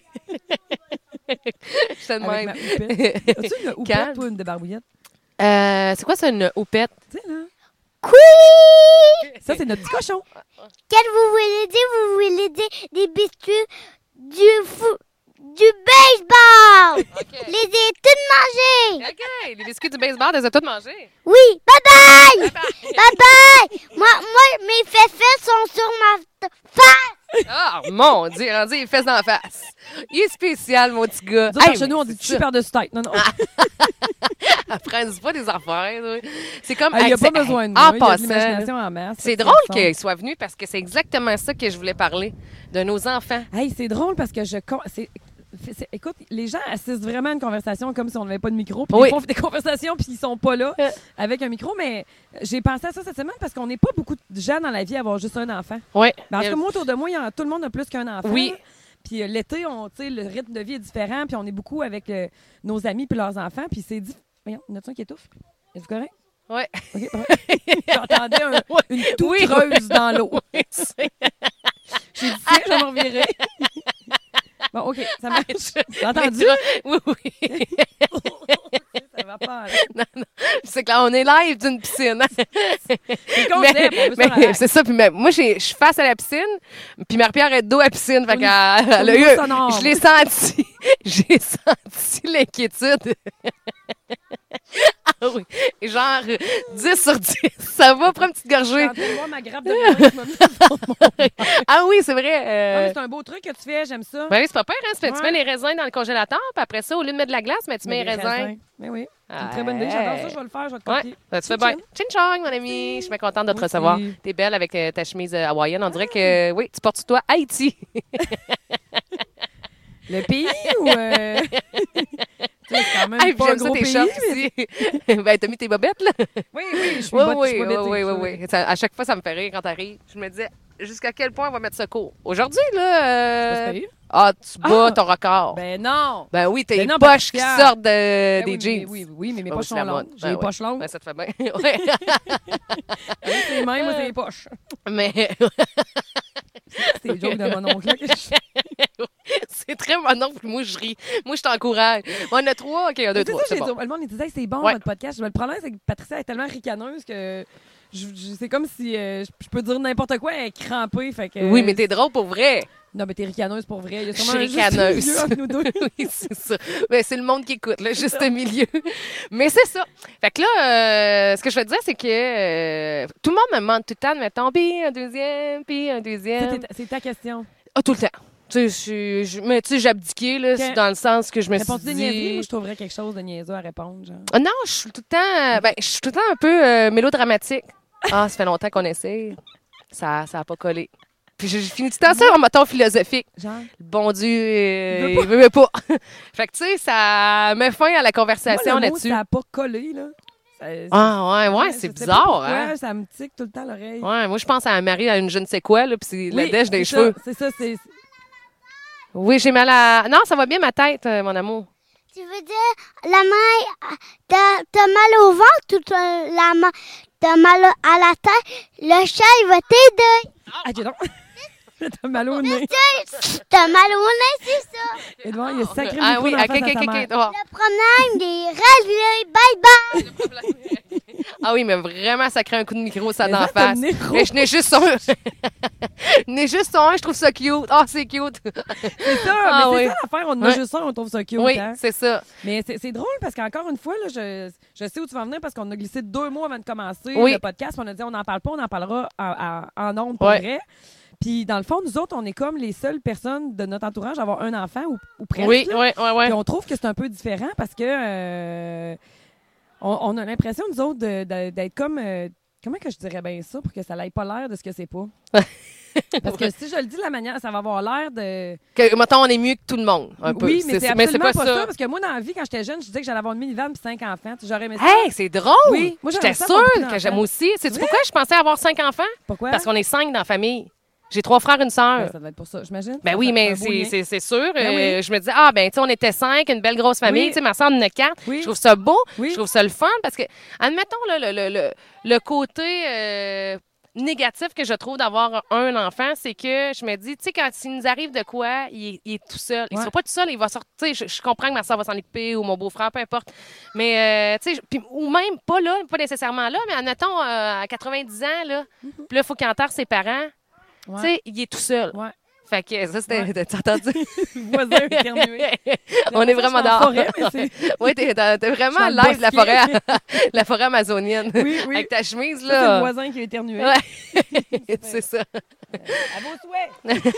Je te Avec demande. ma houppette. As-tu une houppette, Calme. toi, une de barbouillette? Euh, c'est quoi ça, une houppette? Tu sais, là. Oui! Ça, c'est notre petit cochon. Quel vous voulez dire? Vous voulez dire des biscuits du fou... du baseball! OK. Les ai toutes mangés! OK, les biscuits du baseball, les as tous mangés. Oui, bye bye! Bye bye! Moi, moi, mes féfés sont sur ma t- face! Ah, mon Dieu, rendu les fesses dans la face. Il est spécial, mon petit gars. Nous autres, Hey, chez nous, on mais dit c'est tu ça. par-dessus tête. Non, non. Apprends-moi pas des affaires. oui. C'est comme... Il n'y a hey, pas c'est- besoin de En moi. Il y a de passant, l'imagination en masse. c'est Ça, drôle ça qu'il soit venu parce que c'est exactement ça que je voulais parler, de nos enfants. Hey, c'est drôle parce que je. con- c'est- c'est- Écoute, les gens assistent vraiment à une conversation comme si on n'avait pas de micro. Puis Oui. ils font des conversations puis ils sont pas là Euh. avec un micro. Mais j'ai pensé à ça cette semaine parce qu'on n'est pas beaucoup de gens dans la vie à avoir juste un enfant. Oui. Ben, en tout cas, moi, autour de moi, il y en a- tout le monde a plus qu'un enfant. Oui. là. Puis euh, l'été, on, tu sais, le rythme de vie est différent. Puis on est beaucoup avec euh, nos amis puis leurs enfants. Puis c'est dit. Voyons, il y en a-tu un qui étouffe? Êtes-vous correct? Oui. OK, parfait. J'entendais un- une toux Oui. creuse dans l'eau. Oui, c'est- J'ai dit, tiens, je vais m'en revirer. Bon, OK, ça marche. T'as entendu? Oui, oui. Ça va pas. hein. Non, non. C'est que là, on est live d'une piscine. C'est le Mais- concept, on veut ça mais relax. c'est ça. Puis même, moi, j'ai- je suis face à la piscine, puis Marie-Pierre est de dos à la piscine. Fait Oui. qu'elle elle a Au eu. niveau sonore. Je l'ai senti. J'ai senti l'inquiétude. Ah oui. Genre dix sur dix. Ça va, prends une petite Je suis gorgée. en train de voir ma grappe de raisin qui m'a mis sur mon- Ah oui, c'est vrai. Ah, euh, mais c'est un beau truc que tu fais, j'aime ça. Ben oui, c'est pas pire, hein? Tu, fais- tu Ouais. mets les raisins dans le congélateur, puis après ça, au lieu de mettre de la glace, mais tu mets les des raisins. Mais oui, c'est une très bonne idée. J'adore ça, je vais le faire, je vais te Ouais, copier. ben, tu fais Chin, bien. Chin chong, mon ami. Je suis bien contente de te Moi recevoir. aussi. T'es belle avec euh, ta chemise euh, hawaïenne. On dirait que, oui, tu portes sur toi Haïti. Le pays ou. Euh... tu sais, c'est quand même Hey, puis pas un j'aime ça gros tes pays. shorts mais- ici. Ben, t'as mis tes bobettes, là? Oui, oui, je suis Oui, botte- je oui, suis oui, bobettée, oui, ça, oui, oui. Ça- À chaque fois, ça me fait rire quand t'arrives. Je me disais, jusqu'à quel point on va mettre ce cours? Aujourd'hui, là... euh, C'est pas si pire. Ah, tu bats Ah! ton record. Ben non! Ben oui, t'as Ben les non, poches qui Patricia. sortent de, Ben des oui, jeans. mais- Oui, oui, mais mes Ben oui, poches c'est sont la longues. mode. J'ai Ben les ouais. poches longues. Ben, ça te fait bien. Ouais. C'est les mêmes, moi, c'est les poches. Mais C'est les jokes de mon oncle là, que je fais. c'est très mon oncle, moi je ris. Moi je t'encourage. On en a trois, ok, un, deux, C'est trois. ça, C'est j'ai bon. dit. Le monde il disait, c'est bon Ouais. votre podcast. Le problème, c'est que Patricia est tellement ricaneuse que je- je- c'est comme si euh, je je peux dire n'importe quoi, elle est crampée. Fait que, Oui, mais t'es drôle pour vrai. Non, mais t'es ricaneuse pour vrai. Il y a Je sûrement un suis juste ricaneuse. milieu entre nous deux. Oui, c'est ça. Ben, c'est le monde qui écoute, le juste milieu. Mais c'est ça. Fait que là, euh, ce que je veux te dire, c'est que euh, tout le monde me demande tout le temps, mettons, puis un deuxième, puis un deuxième. C'est ta- C'est ta question. Ah, tout le temps. Tu sais, je suis- je- mais tu sais, j'ai abdiqué, là, Ok. c'est dans le sens que je me suis Réponds-tu des niaiseries? dit... Moi, je trouverais quelque chose de niaiseux à répondre. Genre. Ah non, je suis tout le temps... Ben, je suis tout le temps un peu euh, mélodramatique. Ah, ça fait longtemps qu'on essaie. Ça ça a pas collé. Puis j'ai fini tout le temps ça en motton philosophique. Genre. Le bon Dieu, euh, Il il veut veut pas. Fait que, tu sais, ça met fin à la conversation Moi, le mot, là-dessus. ça n'a pas collé, là. Ça- Ah, ouais, ouais, je c'est sais pas bizarre, pourquoi, hein? Ça me tique tout le temps l'oreille. Ouais, moi, je pense à un mari à une je ne sais quoi, là, puis c'est la Oui, dèche des c'est cheveux. ça, C'est ça, c'est. Oui, j'ai mal à... Non, ça va bien ma tête, euh, mon amour. Tu veux dire, la main, t'as t'as mal au ventre ou t'as la main, t'as mal à la tête? Le chat, il va t'aider. Ah, dis donc. T'as mal au nez. T'as mal au nez, c'est ça. Edouard, il a sacré le Ah micro oui, dans la ok, face ok, à sa ok, mère. ok. Oh. Le problème des règles, bye bye. Ah oui, mais vraiment, ça crée un coup de micro, ça Mais d'en ça, t'as face. le nez gros. Mais je n'ai juste son. Je n'ai juste son un, je trouve ça cute. Ah, c'est cute. C'est ça, Ah mais oui. c'est ça l'affaire. On en a Ouais. juste un, on trouve ça cute. Oui, hein. c'est ça. Mais c'est c'est drôle parce qu'encore une fois, là, je, je sais où tu vas en venir parce qu'on a glissé deux mois avant de commencer Oui. le podcast. On a dit on n'en parle pas, on en parlera en, en, en ondes pour Ouais. vrai. Puis dans le fond, nous autres, on est comme les seules personnes de notre entourage à avoir un enfant ou, ou presque. Oui, là. oui, oui, oui. Puis on trouve que c'est un peu différent parce que euh, on, on a l'impression, nous autres, de- de- d'être comme. euh, comment que je dirais bien ça pour que ça n'aille pas l'air de ce que c'est pas? Parce que si je le dis de la manière, ça va avoir l'air de. Que, mettons, on est mieux que tout le monde, un peu. Oui, mais c'est mais absolument c'est pas, pas ça. Parce que moi, dans la vie, quand j'étais jeune, je disais que j'allais avoir une minivan puis cinq enfants. J'aurais aimé ça. Hey, c'est drôle! Oui, moi, j'aimerais J'étais ça avoir beaucoup sûre que d'enfants. j'aime aussi. Sais-tu C'est pourquoi je pensais avoir cinq enfants? Pourquoi? Parce qu'on est cinq dans la famille. J'ai trois frères et une sœur. Ben, ça doit être pour ça, j'imagine. Ben Ça, oui, ça- mais un beau c'est- lien. c'est c'est sûr. Ben Euh, oui. Je me disais, ah, ben, tu sais, on était cinq, une belle grosse famille. Oui. Tu sais, ma soeur en a quatre. Oui. Je trouve ça beau. Oui. Je trouve ça le fun parce que, admettons, là, le, le, le, le côté euh, négatif que je trouve d'avoir un enfant, c'est que je me dis, tu sais, quand il nous arrive de quoi, il est, il est tout seul. Il ne Ouais. sera pas tout seul, il va sortir. Je, je comprends que ma soeur va s'en occuper ou mon beau-frère, peu importe. Mais, euh, tu sais, je- puis- ou même pas là, pas nécessairement là, mais admettons, euh, à quatre-vingt-dix ans, là, puis là, il faut qu'il enterre ses parents. Mm-hmm. Ouais. Tu sais, il est tout seul. Ouais. Fait que ça, c'était. Ouais. T'as entendu? Voisin éternué. On est vraiment dans dehors. mais c'est... Oui, t'es, t'es t'es vraiment Je suis dans le live de la bosquet. forêt, la forêt amazonienne. Oui, oui. Avec ta chemise, Ça, c'est le là. voisin qui a éternué. Ouais. C'est ça. À vos souhaits.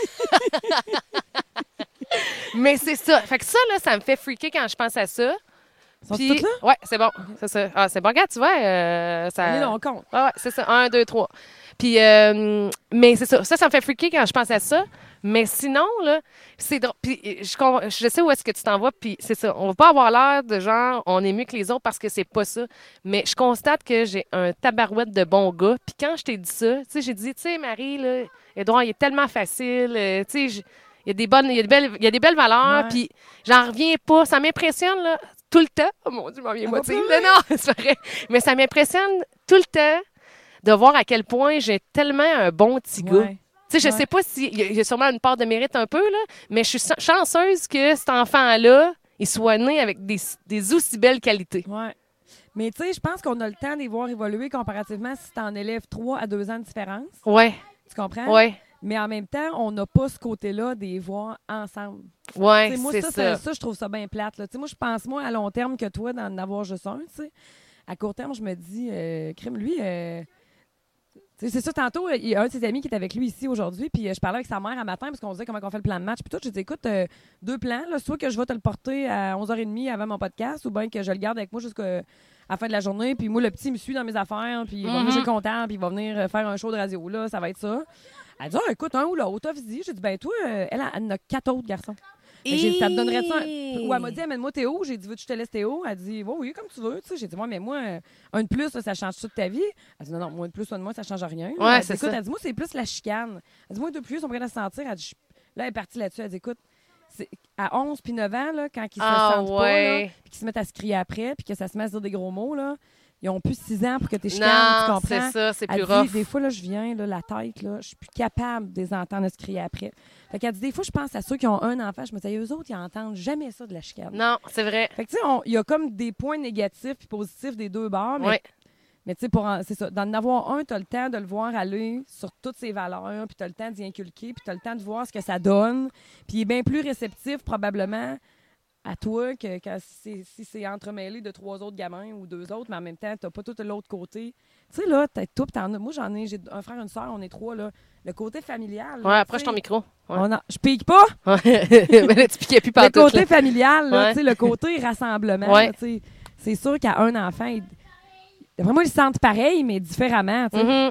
Mais c'est ça. Fait que ça, là, ça me fait freaker quand je pense à ça. Sont Puis, toutes là? ouais, c'est bon. C'est ça. Ah, c'est bon, regarde, tu vois. euh, ça... On est là, on compte. Ouais, ouais, c'est ça. Un, deux, trois. Puis, euh, mais c'est ça. Ça, ça me fait freaker quand je pense à ça. Mais sinon, là, c'est drôle. Puis, je, com- je sais où est-ce que tu t'en vas. Puis, c'est ça. On va pas avoir l'air de genre, on est mieux que les autres parce que c'est pas ça. Mais je constate que j'ai un tabarouette de bons gars. Puis, quand je t'ai dit ça, tu sais, j'ai dit, tu sais, Marie, là, Édouard, il est tellement facile. euh, tu sais, j- il y a des bonnes, il y a des belles, il y a des belles valeurs. Ouais. Puis, j'en reviens pas. Ça m'impressionne, là, tout le temps. Oh mon Dieu, je m'en viens Elle va moitié. pleurer. Non, non, c'est vrai. Mais ça m'impressionne tout le temps de voir à quel point j'ai tellement un bon petit gars. Ouais. Tu sais, je Ouais. sais pas s'il y, a- il y a sûrement une part de mérite un peu, là, mais je suis ch- chanceuse que cet enfant-là, il soit né avec des, des aussi belles qualités. Ouais. Mais tu sais, je pense qu'on a le temps de les voir évoluer comparativement si tu en élèves trois à deux ans de différence. Ouais, Tu comprends? ouais, Mais en même temps, on n'a pas ce côté-là de les voir ensemble. ouais, Tu sais, moi, c'est ça, ça. ça, ça, je trouve ça bien plate. Là. Tu sais, moi, je pense moins à long terme que toi d'en avoir juste un. tu sais. À court terme, je me dis, euh, crime, lui, euh, tu sais, c'est ça. Tantôt, il y a un de ses amis qui est avec lui ici aujourd'hui, puis euh, je parlais avec sa mère un matin parce qu'on disait comment on fait le plan de match. Puis tout, je dis, écoute, euh, deux plans, là, soit que je vais te le porter à onze heures trente avant mon podcast, ou bien que je le garde avec moi jusqu'à la fin de la journée. Puis moi, le petit me suit dans mes affaires, puis il va venir Mhm. jouer content, puis il va venir euh, faire un show de radio. Là, ça va être ça. Elle dit, ah, écoute, un ou l'autre, offre-y. J'ai dit, ben toi, euh, elle, elle en a quatre autres garçons. Fait que j'ai dit, ça te donnerait ça? un- Ou elle m'a dit, amène-moi Théo. J'ai dit, veux-tu que je te laisse Théo? Elle dit, oui, oui, comme tu veux. Tu sais, j'ai dit, moi, mais moi, euh, un de plus, là, ça change toute ta vie. Elle dit, non, non, moi, un de plus, un de moins, ça change rien. Ouais, Elle dit, c'est écoute, ça. elle dit, moi, c'est plus la chicane. Elle dit, moi, deux plus, on pourrait la sentir. Elle dit, je- là, elle est partie là-dessus. Elle dit, écoute, c'est- à onze puis neuf ans, là, quand ils Ah, se sentent pas, ouais. là, puis qu'ils se mettent à se crier après, puis que ça se met à se dire des gros mots, là, ils ont plus six ans pour que tu chicanes, tu Non, comprends? c'est ça, c'est Elle plus dit, rough. des fois, là, je viens, là, la tête, là, je suis plus capable de les entendre se crier après. Fait qu'elle dit, des fois, je pense à ceux qui ont un enfant, je me dis, eux autres, ils entendent jamais ça de la chicane. Non, c'est vrai. Fait que, tu sais, on- il y a comme des points négatifs et positifs des deux bords, mais, Ouais. mais tu sais, pour en- c'est ça, d'en avoir un, tu as le temps de le voir aller sur toutes ses valeurs, puis tu as le temps d'y inculquer, puis tu as le temps de voir ce que ça donne, puis il est bien plus réceptif, probablement, à toi que quand c'est- si c'est entremêlé de trois autres gamins ou deux autres, mais en même temps, t'as pas tout de l'autre côté. Tu sais, là, t'as tout, puis t'en as. Moi, j'en ai, j'ai un frère, une soeur, on est trois, là. Le côté familial. là, Ouais, tu approche sais, ton micro. Ouais. on a- Je pique pas! Ouais. Mais là, tu piquais plus Le partout. côté familial, là, Ouais. tu sais, le côté rassemblement. Ouais. là, tu sais. C'est sûr qu'à un enfant, il... vraiment, ils se sentent pareil, mais différemment. tu sais. Mhm.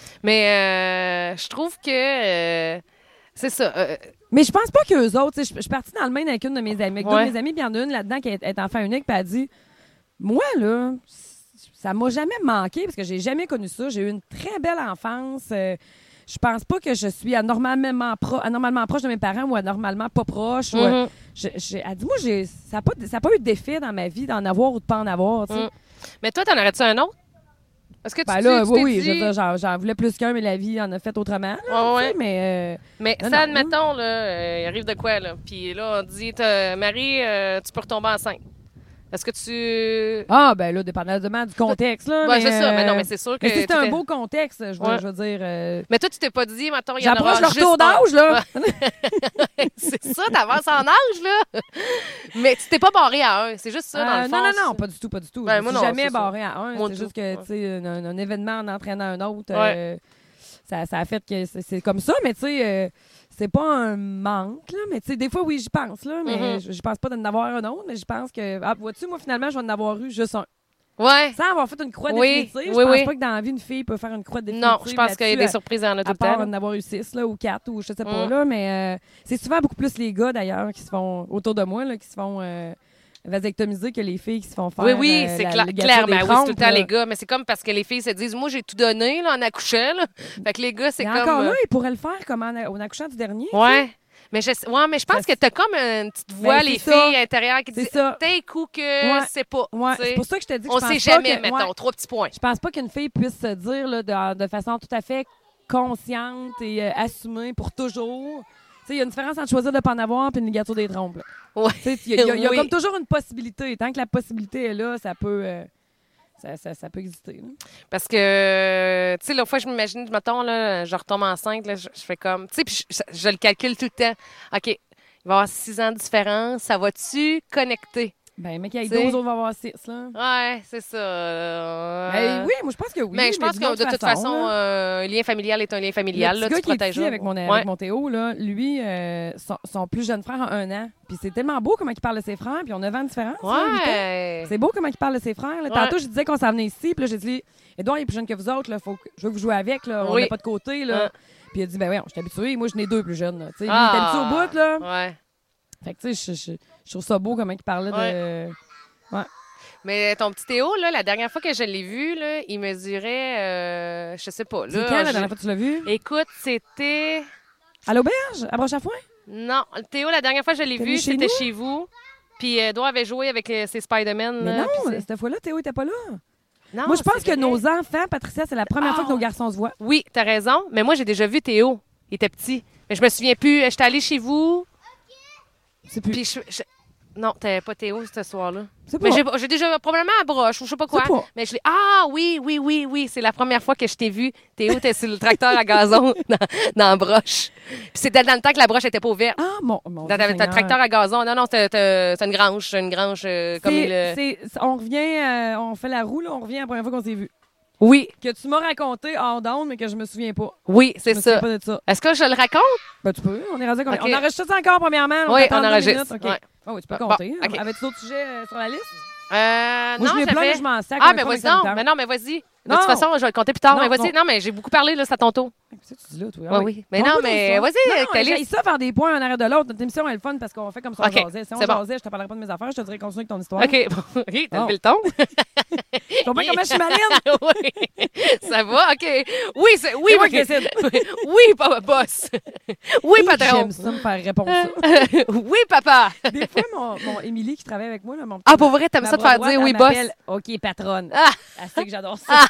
Mais euh, je trouve que euh, c'est ça. euh, Mais je pense pas qu'eux autres, tu sais, je je suis partie dans le Maine avec une de mes amies, avec deux Ouais. de mes amies, puis il y en a une là-dedans qui est, est enfant unique, puis elle dit, moi, là, c- ça m'a jamais manqué, parce que j'ai jamais connu ça. J'ai eu une très belle enfance. euh, je pense pas que je suis anormalement, pro- anormalement proche de mes parents ou anormalement pas proche. ou, euh, mhm. je- j'ai- elle dit, moi, j'ai, ça n'a pas, ça a pas eu d'effet dans ma vie d'en avoir ou de pas en avoir. tu sais. Mm. Mais toi, t'en aurais-tu un autre? Est-ce que tu Ben tu- là, tu oui, t'es oui, dit... je veux dire, j'en, j'en voulais plus qu'un, mais la vie en a fait autrement. Là, Ouais, tu ouais. sais, mais... euh, Mais Non, ça, non. admettons, là, euh, il arrive de quoi, là? Puis là, on dit, t'as- Marie, euh, tu peux retomber enceinte. Est-ce que tu... Ah, ben là, dépendamment du contexte, là. Ouais, mais, c'est ça. Mais non, euh, mais c'est sûr que... Mais si c'est tu un fais- beau contexte, je veux, Ouais. je veux dire... euh, Mais toi, tu t'es pas dit, mettons, il y en J'approche aura leur juste tour un. d'âge, là. C'est ça, t'avances en âge, là. Mais tu t'es pas barré à un. C'est juste ça, dans Euh, le fond. non, non, non, c'est- pas du tout, pas du tout. Ben, je moi me suis non, jamais c'est ça. barré à un. Moi C'est tout. juste que, Ouais. tu sais, un, un événement en entraînant un autre, Ouais. euh, ça, ça a fait que c'est, c'est comme ça, mais tu sais, euh, c'est pas un manque, là. Mais tu sais, des fois, oui, j'y pense, là, mais Mhm. je, je pense pas d'en avoir un autre, mais je pense que, ah, vois-tu, moi, finalement, je vais en avoir eu juste un. Ouais. Sans avoir fait une croix Oui, définitive, oui, je pense oui. pas que dans la vie, une fille peut faire une croix définitive. Non, je pense qu'il y a là-dessus, des à- surprises en a tout À le part temps. en avoir eu six, là, ou quatre, ou je sais pas, Mm. là, mais euh, c'est souvent beaucoup plus les gars, d'ailleurs, qui se font, autour de moi, là, qui se font euh, vasectomiser que les filles qui se font faire Oui, oui, euh, c'est la cla- ligature clair. des Mais oui, c'est tout le trompes, temps là. les gars. Mais c'est comme parce que les filles se disent, moi, j'ai tout donné, là, en accouchant, là. Fait que les gars, c'est Mais comme. encore euh, là, ils pourraient le faire comme en, en accouchant du dernier. Ouais. Mais je, ouais, mais je pense Ça, que t'as comme une petite voix, Ben, les c'est ça. filles intérieures, qui C'est disent, ça. t'es coup que Ouais. c'est pas. Ouais, tu sais. c'est pour ça que je te dis que On je pense sait pas jamais, que- mettons. ouais. Trois petits points. Je pense pas qu'une fille puisse se dire là, de, de façon tout à fait consciente et euh, assumée pour toujours. Tu sais, il y a une différence entre choisir de ne pas en avoir et une ligature des trompes. là. Ouais. Tu sais, Il y a, il y a- il y a Oui. comme toujours une possibilité. Tant que la possibilité est là, ça peut, euh, ça, ça, ça peut exister. là. Parce que, tu sais, l'autre fois, je m'imagine, mettons, là, je retombe enceinte, là, je, je fais comme, tu sais, puis je, je le calcule tout le temps. OK, il va y avoir six ans de différence, ça va-tu connecter? Ben, mec, il y a Tu sais. douze autres, va avoir six. Là. Ouais, c'est ça. euh, Ben, oui, moi, je pense que oui. mais je pense d'une que autre de toute façon, là. euh, un lien familial est un lien familial. Le Là, petit tu gars qui est protèges. ici avec mon, Ouais. avec mon Théo, là, lui, euh, son, son plus jeune frère a un an. Puis c'est tellement beau comment il parle de ses frères. Puis on a vingt de différence. là, huit ans. Ouais. C'est beau comment il parle de ses frères. là. Ouais. Tantôt, je disais qu'on s'en venait ici. Puis là, j'ai dit, Édouard, il est plus jeune que vous autres. Là, faut que, je veux que vous jouez avec. Là. On Oui. n'est pas de côté. Là. Ouais. Puis il a dit, ben oui, je suis habitué. Moi, je n'ai deux plus jeunes. Là. Tu sais, lui, Ah. il est habitué au bout. Là. Ouais. Fait que, tu sais, je, je, je trouve ça beau comment il parlait de. Mais ton petit Théo, là, la dernière fois que je l'ai vu, là, il mesurait, euh, je sais pas. C'est Là, quand la je- dernière fois que tu l'as vu? Écoute, c'était. À l'auberge? À Broche-à-Foin? Non, Théo, la dernière fois que je l'ai T'es vu, venu chez c'était nous? chez vous. Puis Edouard avait joué avec euh, ses Spider-Man. Mais là, non, puis c'est- cette fois-là, Théo était pas là. Non, Moi, je pense c'est que vrai. nos enfants, Patricia, c'est la première Ah. fois que nos garçons se voient. Oui, t'as raison. Mais moi, j'ai déjà vu Théo. Il était petit. Mais je me souviens plus. J'étais allée chez vous. C'est plus. Puis je. je- Non, t'avais pas Théo ce soir-là. C'est pas. Mais j'ai, j'ai déjà probablement à broche ou je sais pas quoi. C'est pas. Mais je l'ai. Ah oui, oui, oui, oui. C'est la première fois que je t'ai vu. Théo, t'es sur le tracteur à gazon dans, dans la broche. Puis c'était dans le temps que la broche était pas ouverte. Ah, mon, mon Dans Dieu ta- ta Seigneur. tracteur à gazon. Non, non, c'était, c'était- c'est une grange. Une grange euh, comme il. euh, C'est- c'est- on revient, euh, on fait la roue, là, on revient la première fois qu'on s'est vu. Oui, Que tu m'as raconté hors d'onde, mais que je me souviens pas. oui, Je c'est me souviens ça. pas de ça. Est-ce que je le raconte? Ben, tu peux. On est rasé. Ok. On enregistre ça encore, premièrement. Oui, t'attend on deux enregistre. minutes, OK. Ouais. Ah oui, tu peux Bon, compter. ok. Avais-tu d'autres sujets euh, sur la liste? Euh, Moi, non, je n'ai plein, j'avais- mais je m'en sac. Ah, on mais est vas-y pas donc. avec Mais non, mais vas-y. De Non. toute façon, je vais le compter plus tard. Non, mais vas-y. non. Non, mais j'ai beaucoup parlé, là, c'est à ton tour. Qu'est-ce que tu dis là, toi? Ouais, oui. Mais Compte non, pas mais ton vas-y, histoire. avec ta Non, j'ai liste. ça faire des points un arrêt de l'autre. Notre émission est le fun parce qu'on fait comme si on Ok, jasait. Si on c'est bon. jasait, je te parlerai pas de mes affaires, je te dirais continue avec ton histoire. OK, bon, OK, t'as Oh. levé le ton. Tu comprends comment je suis maline? Oui, ça va, OK. Oui, c'est, oui, C'est moi OK. qui décide. Oui, papa boss. Oui, patron. J'aime ça me faire répondre ça. Oui, papa. Des fois, mon, mon Émilie qui travaille avec moi, là, mon petit- Ah, pour vrai, t'aimes ma ça te bras faire droite, dire elle oui, boss? m'appelle OK, patronne. Ah. Elle sait que j'adore ça.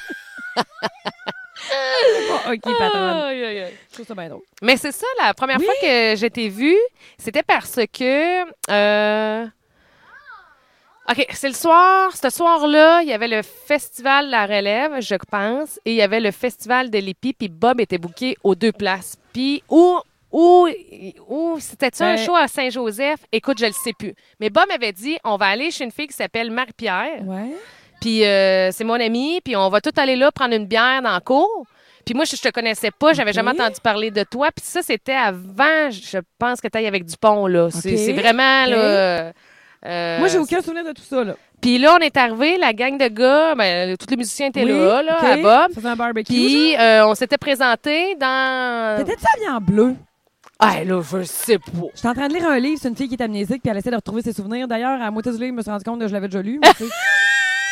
Pas OK, patronne. Aïe, aïe, aïe. Je trouve ça bien drôle. Mais c'est ça, la première Oui. fois que je t'ai vue, c'était parce que... euh, OK, c'est le soir. Ce soir-là, il y avait le festival La Relève, je pense, et il y avait le festival de l'Épi, puis Bob était booké aux deux places. Puis où... Où, où c'était-tu un Ben- show à Saint-Joseph? Écoute, je le sais plus. Mais Bob m'avait dit, on va aller chez une fille qui s'appelle Marie-Pierre. Ouais. Puis euh, c'est mon amie, puis on va tout aller là prendre une bière dans le cour. Puis moi, je, je te connaissais pas, j'avais Ok. jamais entendu parler de toi. Puis ça, c'était avant, je pense que tu ailles avec Dupont, là. C'est Ok. c'est vraiment, Ok. là... euh, euh, Moi, j'ai aucun souvenir de tout ça, là. Puis là, on est arrivé, la gang de gars, ben, tous les musiciens étaient Oui, là, là, OK. à Bob. Ça faisait un barbecue. Puis genre. euh, on s'était présenté dans... T'étais-tu habillée en bleu? Ah, là, je sais pas. J'étais en train de lire un livre sur une fille qui est amnésique puis elle essaie de retrouver ses souvenirs. D'ailleurs, à moitié du livre, je me suis rendu compte que je l'avais déjà lu. Mais tu sais, tu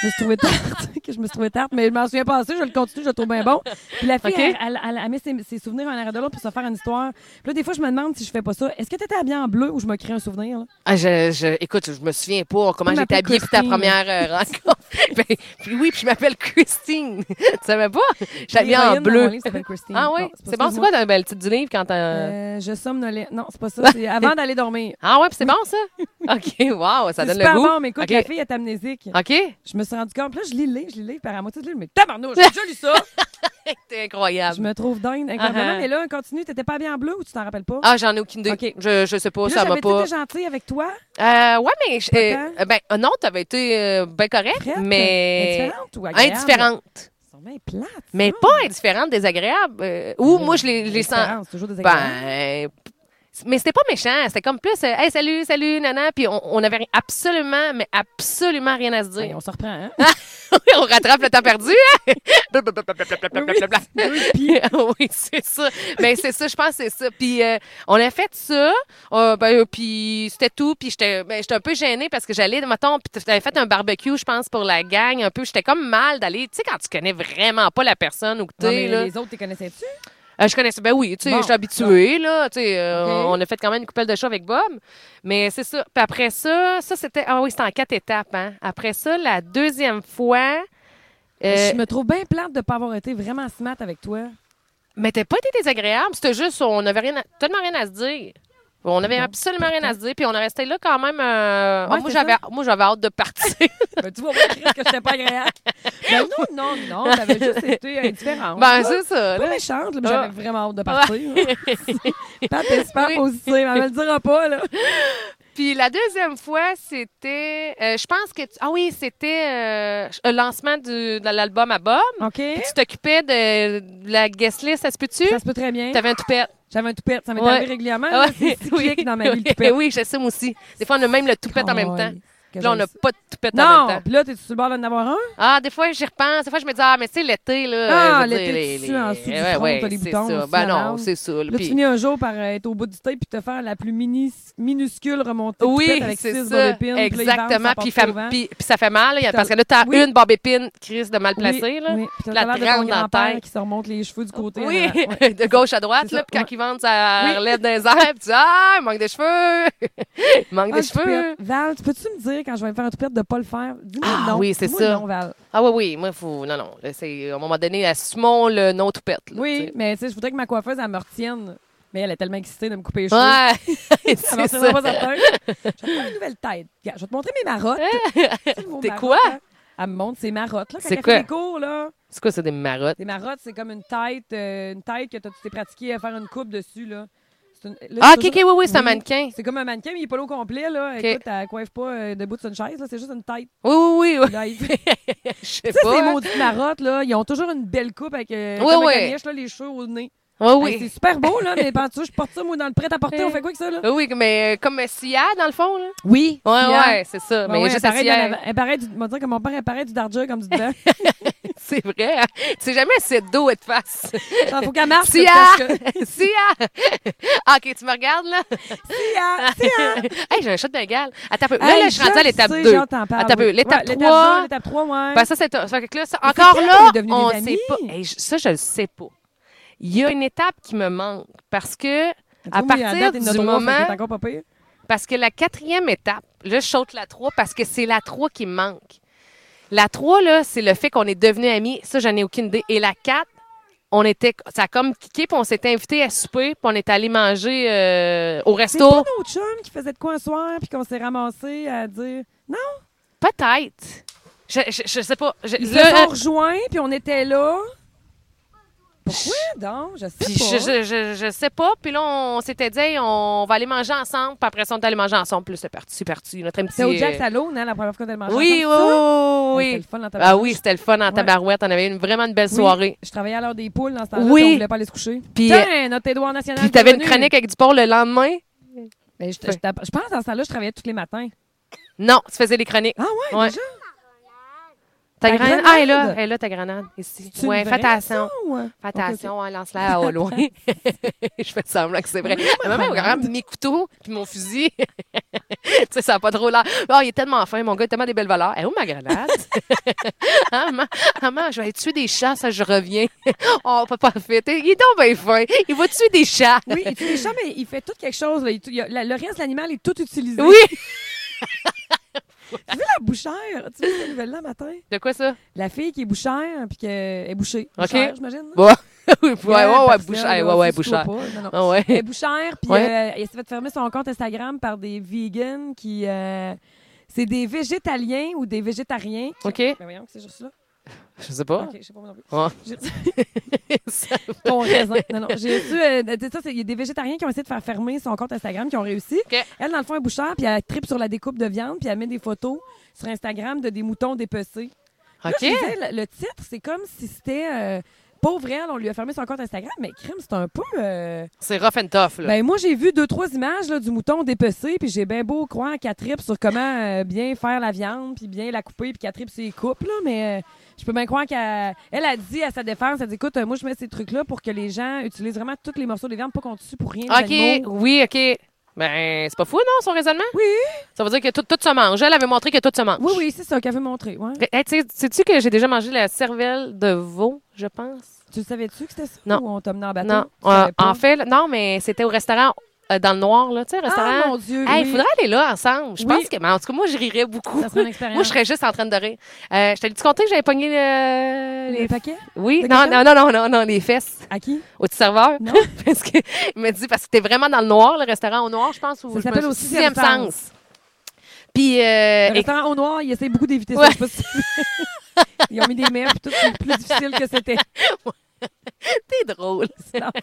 je me suis trouvée tarte. que je me suis trouvée tarte, mais je m'en souviens pas assez, je le continue, je le trouve bien bon. Puis la fille, OK. elle, elle, elle, elle met ses, ses souvenirs en arrière de l'autre pour se faire une histoire. Puis là, des fois, je me demande si je fais pas ça. Est-ce que tu étais habillée en bleu ou je me crée un souvenir? Là? Ah, je, je, écoute, je me souviens pas comment Tu j'étais m'appelles habillée pour ta Christine. première euh, rencontre. Ben, puis oui, puis je m'appelle Christine. Tu savais pas? J'étais habillée en L'héroïne dans mon bleu. livre s'appelle Christine. Ah oui? Non, C'est bon, c'est quoi dans- ben, le titre du livre quand t'as... Euh, je somnolais. Non, c'est pas ça. C'est avant d'aller dormir. Ah ouais, puis c'est bon, ça? OK, wow, ça C'est donne le super goût. bon, mais écoute, OK. la fille est amnésique. OK? Je me suis rendu compte. Puis là, je lis le livre, je lis le livre, par à moitié de livre, mais tabarnouche, j'ai déjà lu ça. T'es incroyable. Je me trouve dingue. incroyablement. Uh-huh. Mais là, continue, t'étais pas bien en bleu ou tu t'en rappelles pas? Ah, j'en ai aucune idée. OK. Je, je sais pas, Puis là, ça va j'avais pas. été gentille avec toi. Euh, ouais, mais... je- Pas euh, ben, euh, non, t'avais été euh, bien correct, Frette, mais... Indifférente ou agréable? Indifférente. Ils sont bien plates. Mais ça. pas indifférente, désagréable. Euh, ou moi, je les, je les sens... Indifférente, c'est toujours désagréable. Ben, mais c'était pas méchant. C'était comme plus, euh, hey, salut, salut, nana. Puis on, on avait absolument, mais absolument rien à se Ben, dire. on se reprend, hein? on rattrape le temps perdu. Hein? Blablabla. Deux pieds. oui, c'est ça. Ben, c'est ça, je pense que c'est ça. Puis euh, on a fait ça. Euh, ben, puis c'était tout. Puis j'étais ben, j'étais un peu gênée parce que j'allais, mettons, puis tu avais fait un barbecue, je pense, pour la gang un peu. J'étais comme mal d'aller, tu sais, quand tu connais vraiment pas la personne ou que Non, t'es, mais là. les autres, tu connaissais-tu? Euh, je connaissais, ben oui, tu sais, Bon, je suis habituée, là, tu sais, euh, OK. on a fait quand même une coupelle de show avec Bob, mais c'est ça. Puis après ça, ça c'était, ah oui, c'était en quatre étapes, hein. Après ça, la deuxième fois, euh, Je me trouve bien plate de ne pas avoir été vraiment smart avec toi. mais t'as pas été désagréable, c'était juste, on avait rien, à- tellement rien à se dire. On avait Bon, absolument rien à se dire, puis on est resté là quand même. euh, Ouais, ah, moi, c'est j'avais, ça. moi, j'avais hâte de partir. Ben, tu vois, moi, Chris, que j'étais pas agréable. Ben non, non, non, t'avais juste été indifférente. ben, là. c'est ça. Pas là. méchante, là, mais Ah. j'avais vraiment hâte de partir. Pat est super Oui. positive, elle me le dira pas, là. Puis la deuxième fois, c'était, euh, je pense que, tu- ah oui, c'était euh, le lancement du- de l'album à Bob. OK? Puis tu t'occupais de, de la guest list, ça se peut-tu? Ça se peut très bien. T'avais un toupette. J'avais un toupette, ça m'est Ouais. arrivé régulièrement. là, Ouais, C'est cyclique oui. dans ma vie, le Oui, toupette. oui, je sais, moi aussi. Des fois, on a même le toupette en même temps. Que Puis là, on n'a j'aime ça. pas de toupette en même Non, temps. puis là, t'es sur le bord d'en avoir un? Ah, des fois, j'y repense. Des fois, je me dis, ah, mais tu sais, l'été, là. Ah, je veux l'été, dire, tu les- sues les- en dessous du ouais, front, ouais, t'as les c'est boutons ça. aussi Ben à non, l'âme. c'est ça. Là, Puis- tu finis un jour par euh, être au bout du tape puis te faire la plus mini, minuscule remontée de Oui, toupette avec c'est six ça. bobépines. puis là, ils vendent, Exactement. ça Puis, part fa- au vent. puis, puis ça fait mal, là, T'as- parce que là, t'as oui. une bob épine, Chris, de mal placée, Oui, là. oui. Puis t'as La l'air de ton trempe dans la grand-père tête. qui se remonte les cheveux du côté. en Oui, avant. Ouais. de gauche à droite, C'est là. ça, Puis quand ouais. ils vendent, ça Oui. relève dans les airs. Puis tu dis, ah, il manque de cheveux. Il manque Ah, des le toupette. cheveux. Val, tu peux-tu me dire quand je vais me faire un toupette de pas le faire? Dis-moi Ah, non. oui, c'est Dis-moi ça. non, Val. Ah oui, oui, moi, il faut... Non, non, là, c'est... À un moment donné, assumons le non toupette, là, Oui, tu sais. mais tu sais, je voudrais que ma coiffeuse, elle me retienne. Mais elle est tellement excitée de me couper les cheveux. Ouais, Alors, c'est c'est ça. vraiment pas certain. Je vais te faire une nouvelle tête. Regarde, je vais te montrer mes marottes. Tu sais, le mot T'es marotte, quoi? hein? Elle me montre ses marottes. Là, quand C'est elle quoi? fait des cours, là. C'est quoi, ça, des marottes? Des marottes, c'est comme une tête, euh, une tête que t'as- tu t'es pratiqué à faire une coupe dessus, là. C'est une- là, Ah, c'est OK, toujours- OK, oui, oui, c'est un mannequin. C'est comme un mannequin, mais il est pas là au complet, là. OK. Écoute, elle coiffe pas euh, debout sur une chaise, là. C'est juste une tête. Oui, oui, oui. Là, il- Tu Je sais sais, ces pas. hein. maudites marottes, là, ils ont toujours une belle coupe avec euh, Oui, comme oui. un caniche, là, les cheveux au nez. Oui, Hey, oui. c'est super beau, là, mais penses-tu, je porte ça, moi, dans le prêt-à-porter, on fait quoi avec ça, là? Oui, oui, mais euh, comme Sia, dans le fond, là. Oui. Ouais, Sia. ouais, c'est ça. Ben mais ouais, juste elle à paraît Sia. de l'avant- elle paraît du, on va dire que mon père, elle paraît du Darja comme du dedans. C'est vrai. Hein? Tu sais jamais si c'est de dos et de face. Il faut qu'elle marche. Sia! parce que- Sia! Ah, OK, tu me regardes, là? Sia! Sia! Hey, j'ai un shot de gale. Attends un peu. Là, Hey, là, je suis rendue à je l'étape sais, deux. j'ai hâte d'en parler, Attends un peu. oui. L'étape Ouais, trois. deux, L'étape trois, ouais. Ben, ça, c'est ça. Fait que là, ça- Mais encore c'est là, quand on est devenus on des sait amis? pas. Hey, je- ça, je le sais pas. Il y a une étape qui me manque parce que, à Tu vois, moi, partir date, il y en a du trois, fait moment. qu'il est encore pas pire. Parce que la quatrième étape, là, je saute la trois parce que c'est la trois qui me manque. La trois, là, c'est le fait qu'on est devenus amis. Ça, j'en ai aucune idée. Et la quatre, on était, ça a comme kické, puis on s'était invités à souper, puis on est allé manger euh, au C'est resto. pas notre chum qui faisait de quoi un soir, puis qu'on s'est ramassé à dire. Non, Peut-être. Je, je, je sais pas. Je, ils là, se sont rejoints, puis on était là. Pourquoi donc? Je sais puis pas. je, je, je, je sais pas. Puis là, on s'était dit, hey, on va aller manger ensemble. Puis après ça, on est allé manger ensemble. Puis là, c'est parti, c'est parti. Notre petit... C'est au Jack Salone, hein, la première fois qu'on a mangé Oui, oui, ensemble, oui, ça? Ouais, oui. c'était le fun dans ta Ah oui, c'était le fun en tabarouette. On avait une, vraiment une belle Oui, soirée. Je travaillais à l'heure des poules dans ce temps-là, Oui. puis on voulait pas aller se coucher. Puis, Tiens, notre Édouard national. Puis qui est t'avais une venu. chronique avec du porc le lendemain? Mais je, je, je pense dans ce temps-là, je travaillais tous les matins. Non, tu faisais les chroniques. Ah ouais, Ouais. déjà? Ta, Ta grenade. grenade? Ah, elle est là, elle est là, ta grenade, ici. C'est Ouais, une fais vraie, attention. ça, ou, euh? Fais Ok, attention, hein, lance-la au loin. Je fais semblant que c'est vrai. Oui, Ma mère a grenade. quand même mes couteaux puis mon fusil. Tu sais, ça n'a pas trop l'air. Oh, il est tellement fin, mon gars, il a tellement des belles valeurs. Eh, où ma grenade? Ah, maman, maman, je vais aller tuer des chats, ça, je reviens. Oh, papa, fait. Il est donc bien fin. Il va tuer des chats. Oui, il tue les chats, mais il fait tout quelque chose. Là. Il, il y a- la- le reste de l'animal est tout utilisé. Oui. Tu as vu la bouchère? Tu as vu cette nouvelle-là matin? De quoi ça? La fille qui est bouchère, puis qu'elle est bouchée. OK. Bouchère, j'imagine. là? Bon. oui, ouais, ouais, ouais, parfait, bouchère. là, Ouais, ouais, fixe-toi bouchère. pas. Non, non. Ah, ouais. Elle est bouchère, puis Ouais. euh, elle s'est fait fermer son compte Instagram par des vegans qui... euh, c'est des végétaliens ou des végétariens. Qui... OK. Ben voyons que c'est juste là. Je sais pas. OK, je sais pas moi non plus. Ah. J'ai Ça- ton raisin. Non, non. J'ai reçu... euh, tu sais ça, c'est- il y a des végétariens qui ont essayé de faire fermer son compte Instagram, qui ont réussi. OK. Elle, dans le fond, est bouchère, puis elle tripe sur la découpe de viande, puis elle met des photos sur Instagram de des moutons dépecés. Là, OK. je disais, le, le titre, c'est comme si c'était... euh, pauvre elle, on lui a fermé son compte Instagram, mais crime, c'est un peu... euh, C'est rough and tough, là. Ben moi, j'ai vu deux, trois images là, du mouton dépecé, puis j'ai bien beau croire qu'elle tripe sur comment euh, bien faire la viande, puis bien la couper, puis qu'elle tripe ses coupes, là, mais euh, je peux bien croire qu'elle elle a dit à sa défense, elle dit, écoute, euh, moi, je mets ces trucs-là pour que les gens utilisent vraiment tous les morceaux de viande, pas qu'on tue pour rien les OK. animaux. Oui, OK. Ben, c'est pas fou, non, son raisonnement? Oui, Ça veut dire que tout, tout se mange. Elle avait montré que tout se mange. oui, oui, c'est ça qu'elle veut montrer. Ouais. Hey, tu sais- sais-tu que j'ai déjà mangé la cervelle de veau, je pense? Tu le savais-tu que c'était ça? Non. Ou on t'a mené en bateau? Non. Tu Euh, savais pas? en fait, là, non, mais c'était au restaurant euh, dans le noir, là. Tu sais, restaurant. Ah, mon Dieu, Hey, il oui. faudrait aller là ensemble. Je Oui. pense que. Mais en tout cas, moi, je rirais beaucoup. Ça serait une expérience. Moi, je serais juste en train de rire. Euh, je t'ai dit compter que j'avais pogné le- Les les. paquets? Oui, de non, quelqu'un? non, non, non, non, non, les fesses À qui? au petit serveur. Non. parce que il m'a dit, parce que t'es vraiment dans le noir, le restaurant au noir, je pense. Ou Ça je s'appelle me- aussi Sixième Sixième sens. Puis, euh, Le et- restaurant au noir, ils essaient beaucoup d'éviter Ouais. ça. Je sais pas si- Ils ont mis des mers, puis tout, c'est plus difficile que c'était. t'es drôle. C'est l'enfer.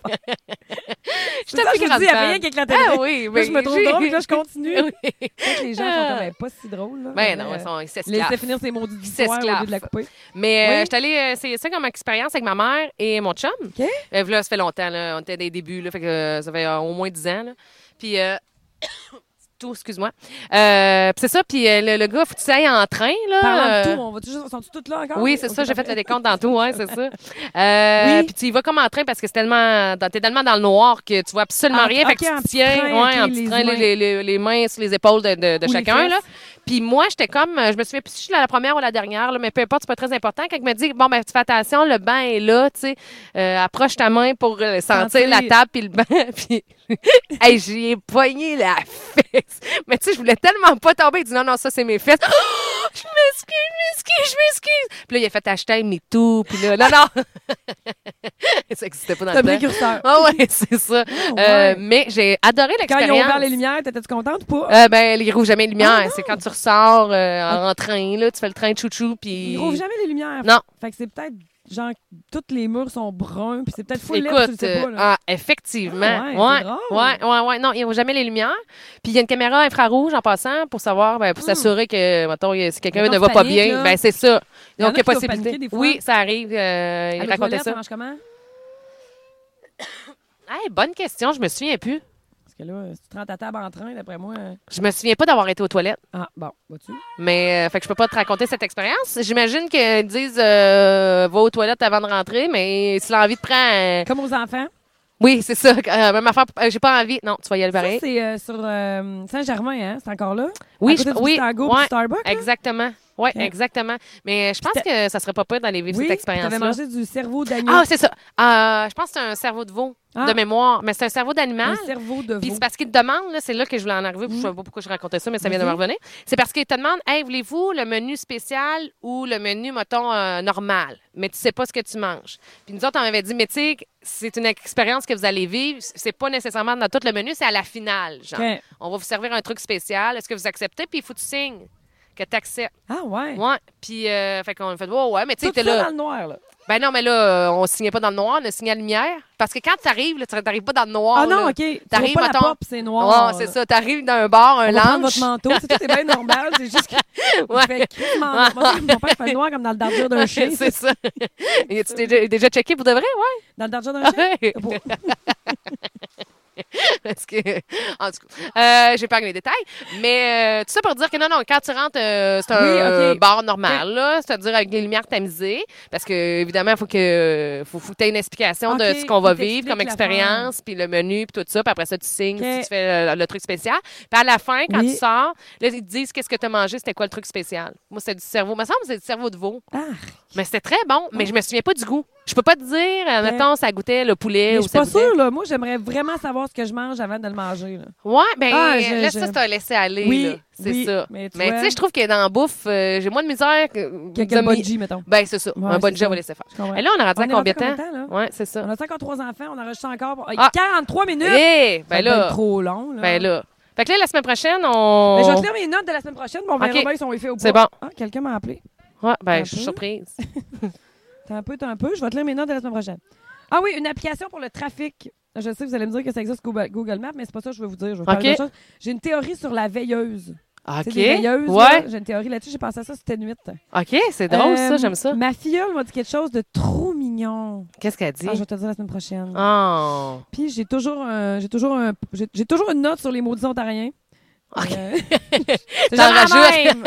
Je C'est ça, je vous dis, il n'y a rien qui éclate. Ah oui, Là, mais je me trouve j'ai- drôle, puis là, je continue. Oui. Peut-être que les gens sont comme, ben, pas si drôles. Là. Ben non, Euh, ils, sont, ils Laissez s'esclaffent. finir ces maudits Ils histoires au lieu de la s'esclaffent. couper. Mais euh, Oui. je suis allée euh, essayer ça comme expérience avec ma mère et mon chum. OK. Euh, là, ça fait longtemps, là. On était des débuts, là, fait que euh, ça fait euh, au moins dix ans. Là. Puis, euh, tout, excuse-moi. Euh, puis c'est ça, puis euh, le, le gars, faut que tu ailles en train, là. Parlant de euh, tout, on va toujours. Sont-ils toutes là encore? Oui, c'est Ok, ça, j'ai fait parfait. le décompte dans tout, ouais, c'est ça. Euh, Oui. Puis tu y vas comme en train parce que c'est tellement, dans- t'es tellement dans le noir que tu vois absolument En- rien. Fait que ok, en tu te petit tiens, train, ouais, ok, en petit les train, mains. les, les- les mains sur les épaules de, de- de Ou les chacun, fesses. là. Puis moi, j'étais comme, euh, je me souviens plus si je suis la première ou la dernière, là, mais peu importe, c'est pas très important. Quand il me dit, bon, ben, tu fais attention, le banc est là, tu sais, euh, approche ta main pour euh, sentir Sentir. la table puis le banc. Puis, hey, j'y ai poigné la fesse. Mais tu sais, je voulais tellement pas tomber. Il dit, non, non, ça, c'est mes fesses. Oh, je m'excuse, je m'excuse, je m'excuse. Puis là, il a fait hashtag MeToo. Puis là, non, non. Ça n'existait pas dans C'est un le temps. précurseur. Ah ouais, c'est ça. Ah, Euh, ouais. mais j'ai adoré Quand ils ont l'expérience. ouvert les lumières, t'étais-tu contente ou pas? Euh, ben, ils rouvrent jamais les lumières. Ah, non. c'est quand tu ressors euh, en, en train, là, tu fais le train de chouchou, puis... Ils rouvrent jamais les lumières. Non. Fait que c'est peut-être, genre, tous les murs sont bruns, puis c'est peut-être full laid, tu le Écoute, sais pas. euh, Là. ah, effectivement. Ah, ouais, ouais, c'est drôle. ouais, ouais, ouais. Non, ils n'ont jamais les lumières. Puis il y a une caméra infrarouge en passant pour savoir, ben, pour s'assurer que, mettons, y a- si quelqu'un Mettons, ne tu va pas paniques, bien, là. ben c'est ça. Il y en Donc, a il y a qui doivent possibilité. paniquer des fois. Oui, ça arrive. Euh, il Aller aux racontait toilettes, ça. ça marche comment? Hey, bonne question, je me souviens plus. Parce que là, si tu te rends ta table en train, d'après moi... euh, Je me souviens pas d'avoir été aux toilettes. Ah, bon, vois-tu? Mais, euh, fait que je peux pas te raconter cette expérience. J'imagine qu'ils disent, euh, va aux toilettes avant de rentrer, mais si l'envie te prend. euh, Comme aux enfants. Oui, c'est ça. Euh, même affaire, euh, j'ai pas envie. Non, tu vas y aller Ça, pareil. c'est euh, sur euh, Saint-Germain, hein? C'est encore là? Oui, à côté je- du oui, Stargo ouais, puis Starbucks, là? Exactement. Oui, Ok. exactement. Mais je pense Puis que ça serait pas pire d'aller vivre Oui, cette tu avais expérience-là. mangé du cerveau d'agneau. Ah, c'est ça. Euh, je pense que c'est un cerveau de veau, Ah. de mémoire. Mais c'est un cerveau d'animal. Un cerveau de Puis veau. c'est parce qu'ils te demandent, là, c'est là que je voulais en arriver, puis je sais pas pourquoi je racontais ça, mais ça vient de me Vas-y. revenir. C'est parce qu'ils te demandent, hey, voulez-vous le menu spécial ou le menu, mettons, euh, normal? Mais tu sais pas ce que tu manges. Puis nous autres, on avait dit, mais tu sais, c'est une expérience que vous allez vivre. C'est pas nécessairement dans tout le menu, c'est à la finale, genre. OK. On va vous servir un truc spécial. Est-ce que vous acceptez? Puis il faut que tu signes, que tu acceptes. Ah, ouais. Ouais. Puis, euh, fait qu'on a fait, oh, ouais, mais tu sais, Tout t'es ça là. dans le noir, là. Ben non, mais là, euh, on signait pas dans le noir, on a signé à la lumière. Parce que quand tu arrives, tu n'arrives pas dans le noir. Ah non, là. OK. Tu T'arrives, vois pas la mettons- porte, puis c'est noir. Ouais, c'est ça. Tu arrives dans un bar, un On va prendre lounge. votre manteau. C'est tout est bien normal. C'est juste qu'il Ouais. fait crissement noir. Moi, mon père fait noir comme dans le dardier d'un chien. c'est ça. Et tu t'es déjà- déjà checké pour de vrai, ouais? Dans le dardier d'un chien? Ouais. Bon. Parce que, en tout cas, euh, j'épargne les détails. Mais euh, tout ça pour dire que non, non, quand tu rentres, euh, c'est un Oui, ok. euh, bar normal, là, c'est-à-dire avec les lumières tamisées. Parce que, évidemment, il faut que faut, faut que tu aies une explication de Ok, ce qu'on va faut vivre comme t'expliquer expérience, puis le menu, puis tout ça. Puis après ça, tu signes Ok. si tu fais le, le truc spécial. Puis à la fin, quand Oui. tu sors, là, ils te disent qu'est-ce que tu as mangé, c'était quoi le truc spécial. Moi, c'est du cerveau. Il me semble que c'est du cerveau de veau. Ah, Mais c'était très bon, mais je me souviens pas du goût. Je peux pas te dire, euh, Ok. mettons, ça goûtait le poulet mais ou je suis ça pas goûtait... sûre, là. Moi, j'aimerais vraiment savoir ce que je mange avant de le manger, là. Ouais, ben Ah, je- là, je- ça, c'est un laisser-aller, Oui, là. C'est oui, ça. mais tu Mais tu vois- sais, je trouve que dans la bouffe, euh, j'ai moins de misère que... Quelqu'un de de mi- bungee, mettons. Ben, c'est ça. Ouais, un c'est bungee, ça. on va laisser faire. Je comprends. Et là, on a rendu On à est combien de rendu temps? combien de temps, Ouais, c'est ça. On a encore trois enfants, on enregistre encore. Ah, Ah. quarante-trois minutes! Eh, Ça ben va être là, trop long, là. ben là. Fait que là, la semaine prochaine, on... Ben, je vais te lire mes notes de la semaine prochaine, mais on verra Ok. bien si on les fait ou pas. C'est bon. Ah, quelqu'un m'a appelé. Ouais, ben, Un je suis peu. surprise. T'as un peu, t'as un peu. Je vais te lire mes notes de la semaine prochaine. Ah oui, une application pour le trafic. Je sais que vous allez me dire que ça existe Google, Google Maps, mais c'est pas ça que je veux vous dire. Je veux parler Ok. d'autre chose. J'ai une théorie sur la veilleuse. OK. Tu sais, des veilleuses, là. Ouais. J'ai une théorie là-dessus. J'ai pensé à ça cette nuit. OK, c'est drôle, Euh, ça, j'aime ça. Ma filleule m'a dit quelque chose de trop mignon. Qu'est-ce qu'elle dit? Ah, je vais te le dire la semaine prochaine. Oh. Puis j'ai toujours, un- j'ai toujours, un- j'ai j'ai toujours une note sur les maudits ontariens. Ok. Euh, c'est T'en jamais la rajoutes. même.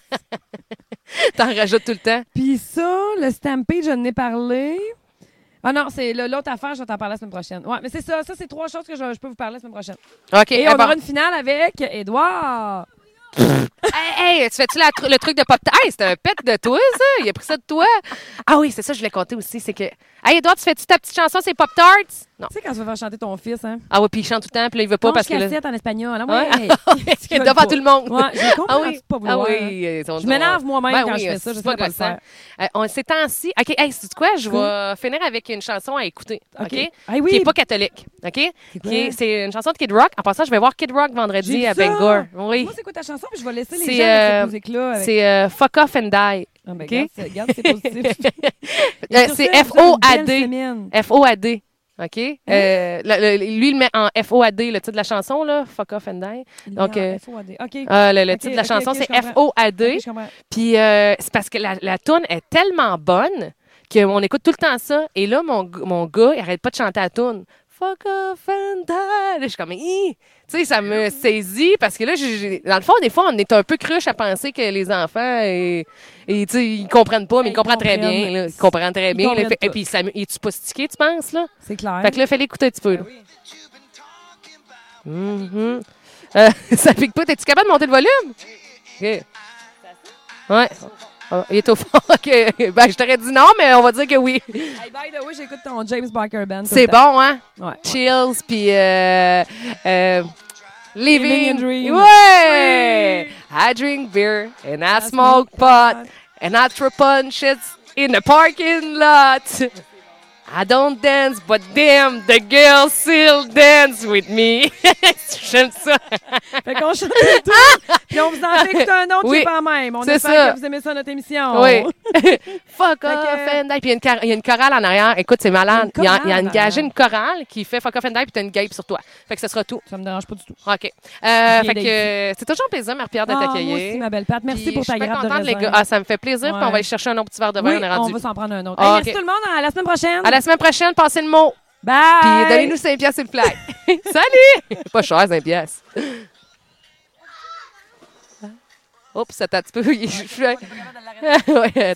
T'en rajoutes tout le temps. Puis ça, le Stampede, je n'en ai parlé. Ah non, c'est le- l'autre affaire, je vais t'en parler la semaine prochaine. Ouais, mais c'est ça. Ça, c'est trois choses que je, je peux vous parler la semaine prochaine. OK. Et eh on bon. aura une finale avec Édouard. Hey, hey, tu fais-tu la tr- le truc de pop Hey, c'est un pet de toi, ça? Il a pris ça de toi? Ah oui, c'est ça, je voulais compter aussi. C'est que. Hey, Edouard, tu fais-tu ta petite chanson, c'est Pop Tarts? Non. Tu sais, quand tu vas faire chanter ton fils, hein? Ah oui, puis il chante tout le temps, puis là, il veut pas Mange parce que. Là... cassette en espagnol. Ah Ouais. ouais. Il devant tout le monde. Ouais, j'ai compris. Ah oui. Pas Ah vouloir. oui. ils sont- Je m'énerve moi-même Ben quand oui, je fais ça. Je c'est sais pas pas le faire. gossant. Euh, on, ces temps-ci. OK, hey, c'est quoi? Je Quoi? vais finir avec une chanson à écouter. OK? OK. Ah oui. Qui n'est pas catholique. OK? C'est quoi? Qui est- C'est une chanson de Kid Rock. En passant, je vais voir Kid Rock J'ai vendredi vu à ça. Bangor. Oui. Moi, c'est quoi ta chanson? Puis je vais laisser les C'est, gens avec euh, cette musique-là. Avec... C'est euh, Fuck Off and Die. Ah, ben, OK? regarde, c'est- regarde, c'est positif. Euh, Sur c'est ce, on vous souhaite une belle F O A D. semaine. F O A D. OK? Hein? Euh, le- le- lui, il le met en F O A D, le titre de la chanson, là. Fuck Off and Die. Donc, Il y a euh, un F O A D. OK. Euh, le le Ok, titre de la ok, chanson, ok, c'est je F O A D. Ok, je comprends. Puis euh, c'est parce que la, la tune est tellement bonne qu'on écoute tout le temps ça. Et là, mon, g- mon gars, il arrête pas de chanter la tune. Fuck off and die. Là, je suis comme, Hi! Tu sais, ça me saisit parce que là, j'ai- j'ai- dans le fond, des fois, on est un peu cruche à penser que les enfants, et, et, tu sais, ils comprennent pas, mais ils Ils comprennent très bien. comprennent. Là. Ils comprennent très Ils bien. là. comprennent Fait- et tout. puis, ça, es-tu pas stické, tu penses, là? C'est clair. Fait que là, fallait écouter un petit peu. Là. Mhm. Euh, ça pique pas. T'es-tu capable de monter le volume? OK. Ouais. Ah, il est au fond. OK. Ben, je t'aurais dit non, mais on va dire que oui. Hey, by the way, j'écoute ton James Barker Band. tout C'est le temps. bon, hein? Ouais. Chills, puis euh, euh, Living. Living a dream. Ouais! I drink beer and I, smoke pot and I throw punches in the parking lot. I don't dance, but damn, the girls still dance with me. J'aime ça. Fait qu'on chante le tout. Puis on vous en fait écouter un autre Oui, qui est pas même. On c'est espère ça. que vous aimez ça, notre émission. Oui. Fuck Fait off que- and die. Puis il y a une chor- il y a une chorale en arrière. Écoute, c'est malade. Une Il y a, chorale il y a en engagé arrière. une chorale qui fait fuck off and die, puis t'as une gape sur toi. Fait que ce sera tout. Ça me dérange pas du tout. OK. Euh, Bien fait que d'être euh, c'est toujours un plaisir, Marie-Pierre, de Ah, moi t'accueillir. aussi, ma belle Pat. Merci Puis pour ta je suis bien grappe de contente, les raisin. gars. Ah, ça me fait plaisir. Puis on va Ouais. aller chercher un autre petit verre de vin. Oui, on est on rendu. va s'en prendre un autre. Ah, Hey, OK. merci tout le monde. À la semaine prochaine. À la semaine prochaine, passez le mot. Bye. Puis donnez-nous cinq piastres sur le fly. Salut! Pas cher, cinq piastres. Oups, ça t'a un petit peu. Je suis. Ouais,